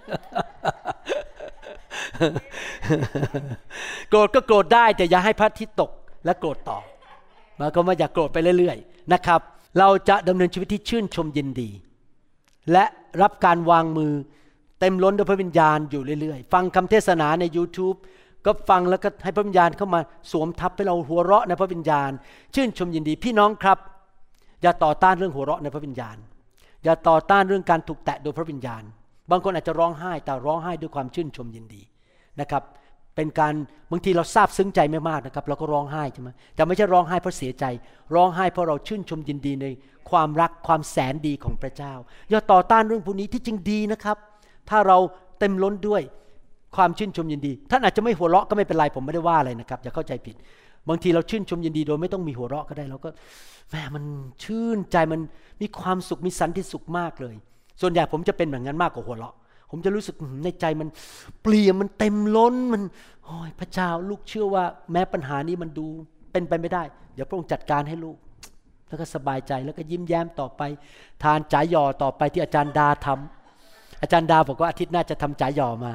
โกรธก็โกรธได้แต่อย่าให้พระอาทิตย์ตกและโกรธต่อมาก็มาอย่าโกรธไปเรื่อยๆนะครับเราจะดำเนินชีวิตที่ชื่นชมยินดีและรับการวางมือเต็มล้นด้วยพระวิญญาณอยู่เรื่อยๆฟังคำเทศนาใน YouTube ก็ฟังแล้วก็ให้พระวิญญาณเข้ามาสวมทับให้เราหัวเราะในพระวิญญาณชื่นชมยินดีพี่น้องครับอย่าต่อต้านเรื่องหัวเราะในพระวิญญาณอย่าต่อต้านเรื่องการถูกแตะโดยพระวิญญาณบางคนอาจจะร้องไห้แต่ร้องไห้ด้วยความชื่นชมยินดีนะครับเป็นการบางทีเราซาบซึ้งใจไม่มากนะครับเราก็ร้องไห้ใช่ไหมแต่ไม่ใช่ร้องไห้เพราะเสียใจร้องไห้เพราะเราชื่นชมยินดีในความรักความแสนดีของพระเจ้าอย่าต่อต้านเรื่องพวกนี้ที่จริงดีนะครับถ้าเราเต็มล้นด้วยความชื่นชมยินดีท่านอาจจะไม่หัวเราะก็ไม่เป็นไรผมไม่ได้ว่าอะไรนะครับอย่าเข้าใจผิดบางทีเราชื่นชมยินดีโดยไม่ต้องมีหัวเราะก็ได้เราก็แหมมันชื่นใจมันมีความสุขมีสันติสุขมากเลยส่วนใหญ่ผมจะเป็นแบบนั้นมากกว่าหัวเราะผมจะรู้สึกในใจมันเปลี่ยนมันเต็มล้นมันโอ้ยพระเจ้าลูกเชื่อว่าแม้ปัญหานี้มันดูเป็นไปไม่ได้เดี๋ยวพระองค์จัดการให้ลูกแล้วก็สบายใจแล้วก็ยิ้มแย้มต่อไปทานจ๋าหย่อต่อไปที่อาจารย์ดาทำอาจารย์ดาบอกว่าอาทิตย์หน้าจะทำจ๋าหย่อมา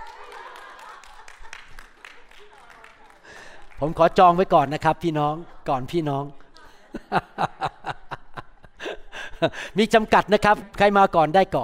ผมขอจองไว้ก่อนนะครับพี่น้องก่อนพี่น้อง มีจำกัดนะครับใครมาก่อนได้ก่อน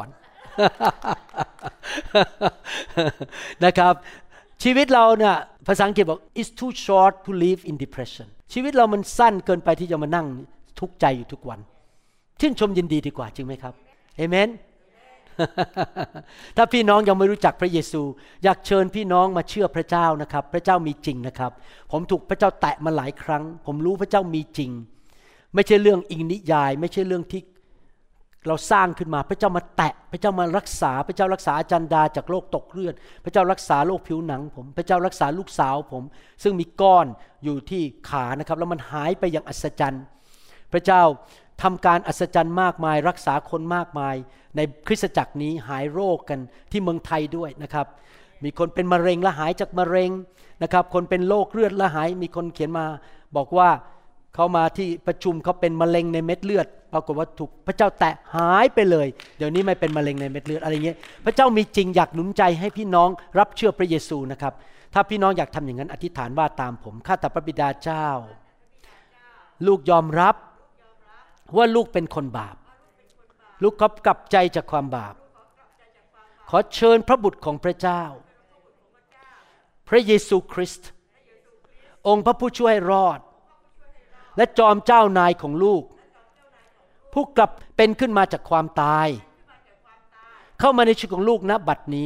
นะครับชีวิตเราเนี่ยภาษาอังกฤษบอก it's too short to live in depression ชีวิตเรามันสั้นเกินไปที่จะมานั่งทุกข์ใจอยู่ทุกวันชื่นชมยินดีดีกว่าจริงไหมครับเอเมน ถ้าพี่น้องยังไม่รู้จักพระเยซูอยากเชิญพี่น้องมาเชื่อพระเจ้านะครับพระเจ้ามีจริงนะครับผมถูกพระเจ้าแตะมาหลายครั้งผมรู้พระเจ้ามีจริงไม่ใช่เรื่องอิงนิยายไม่ใช่เรื่องที่เราสร้างขึ้นมาพระเจ้ามาแตะพระเจ้ามารักษาพระเจ้ารักษาอาจารย์ดาจากโรคตกเลือดพระเจ้ารักษาโรคผิวหนังผมพระเจ้ารักษาลูกสาวผมซึ่งมีก้อนอยู่ที่ขานะครับแล้วมันหายไปอย่างอัศจรรย์พระเจ้าทำการอัศจรรย์มากมายรักษาคนมากมายในคริสตจักรนี้หายโรคกันที่เมืองไทยด้วยนะครับมีคนเป็นมะเร็งและหายจากมะเร็งนะครับคนเป็นโรคเลือดและหายมีคนเขียนมาบอกว่าเขามาที่ประชุมเขาเป็นมะเร็งในเม็ดเลือดปรากฏว่าถูกพระเจ้าแตะหายไปเลยเดี๋ยวนี้ไม่เป็นมะเร็งในเม็ดเลือดอะไรเงี้ยพระเจ้ามีจริงอยากหนุนใจให้พี่น้องรับเชื่อพระเยซูนะครับถ้าพี่น้องอยากทำอย่างนั้นอธิษฐานว่าตามผมข้าแต่พระบิดาเจ้าลูกยอมรับว่าลูกเป็นคนบาปลูกขอกลับใจจากความบาปขอเชิญพระบุตรของพระเจ้าพระเยซูคริสต์องค์พระผู้ช่วยรอดและจอมเจ้านายของลูกผู้กลับเป็นขึ้นมาจากความตายเข้ามาในชีวิตของลูกณบัดนี้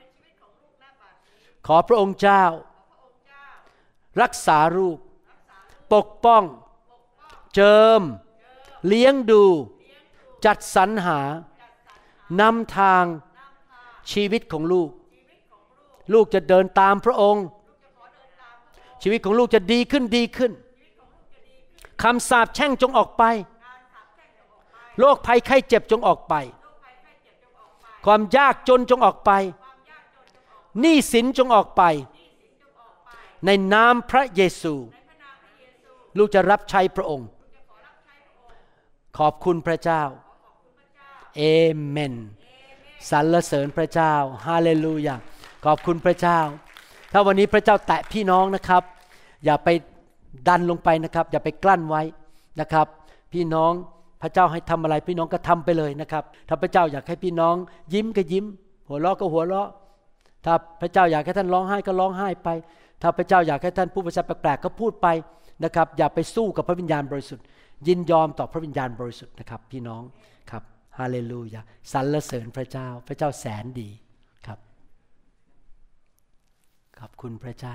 ขอพระองค์เจ้ารักษาลูกปกป้องเจิมเลี้ยงดูจัดสรรหานำทางชีวิตของลูกลูกจะเดินตามพระองค์ชีวิตของลูกจะดีขึ้นดีขึ้นคำสาปแช่งจงออกไปโรคภัยไข้เจ็บจงออกไปความยากจนจงออกไปหนี้สินจงออกไปในนามพระเยซูลูกจะรับใช้พระองค์ขอบคุณพระเจ้าเอเมนสรรเสริญพระเจ้าฮาเลลูยาขอบคุณพระเจ้าถ้าวันนี้พระเจ้าแตะพี่น้องนะครับอย่าไปดันลงไปนะครับอย่าไปกลั้นไว้นะครับพี่น้องพระเจ้าให้ทำอะไรพี่น้องก็ทำไปเลยนะครับถ้าพระเจ้าอยากให้พี่น้องยิ้มก็ยิ้มหัวเราะก็หัวเราะถ้าพระเจ้าอยากให้ท่านร้องไห้ก็ร้องไห้ไปถ้าพระเจ้าอยากให้ท่านพูดภาษาแปลกๆก็พูดไปนะครับอย่าไปสู้กับพระวิญญาณบริสุทธิ์ยินยอมต่อพระวิญญาณบริสุทธิ์นะครับพี่น้องครับฮาเลลูยาสรรเสริญพระเจ้าพระเจ้าแสนดีครับขอบคุณพระเจ้า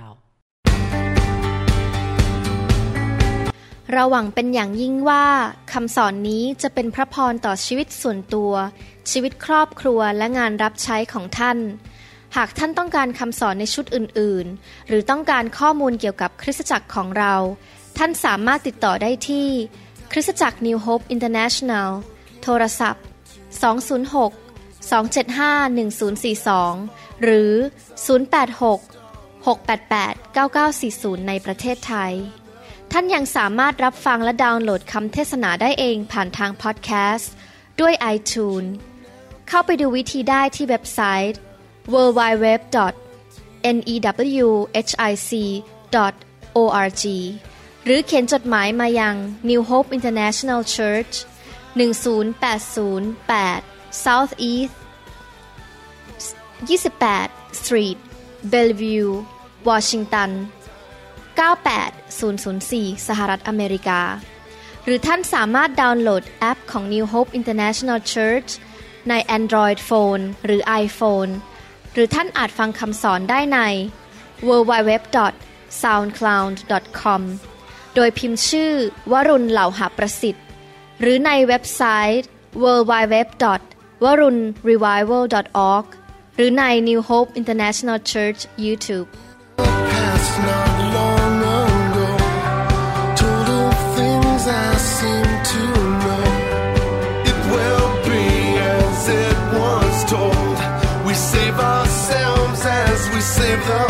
เราหวังเป็นอย่างยิ่งว่าคำสอนนี้จะเป็นพระพรต่อชีวิตส่วนตัวชีวิตครอบครัวและงานรับใช้ของท่านหากท่านต้องการคำสอนในชุดอื่นๆหรือต้องการข้อมูลเกี่ยวกับคริสตจักรของเราท่านสามารถติดต่อได้ที่คริสตจักร New Hope International โทรศัพท์สอง ศูนย์ หก สอง เจ็ด ห้า หนึ่ง ศูนย์ สี่ สองหรือศูนย์ แปด หก หก แปด แปด เก้า เก้า สี่ ศูนย์ในประเทศไทยท่านยังสามารถรับฟังและดาวน์โหลดคำเทศนาได้เองผ่านทางพอดแคสต์ด้วย iTunes เข้าไปดูวิธีได้ที่เว็บไซต์ ดับเบิลยู ดับเบิลยู ดับเบิลยู ดอท เน อี ดับเบิลยู เอช ไอ ซี ดอท โอ อาร์ จี หรือเขียนจดหมายมายัง New Hope International Church หนึ่ง ศูนย์ แปด ศูนย์ แปด South East ยี่สิบแปด Street Bellevue Washington เก้า แปด ศูนย์ ศูนย์ สี่ สหรัฐอเมริกาหรือท่านสามารถดาวน์โหลดแอปของ New Hope International Church ใน Android Phone หรือ iPhone หรือท่านอาจฟังคำสอนได้ใน ดับเบิลยู ดับเบิลยู ดับเบิลยู ดอท ซาวด์คลาวด์ ดอท คอม โดยพิมพ์ชื่อวรุณเหล่าหาประสิทธิ์หรือในเว็บไซต์ ดับเบิลยู ดับเบิลยู ดับเบิลยู ดอท วรุณ รีไววัล ดอท ออร์ก หรือใน New Hope International Church YouTube I seem to know it will be as it was told. We save ourselves as we save the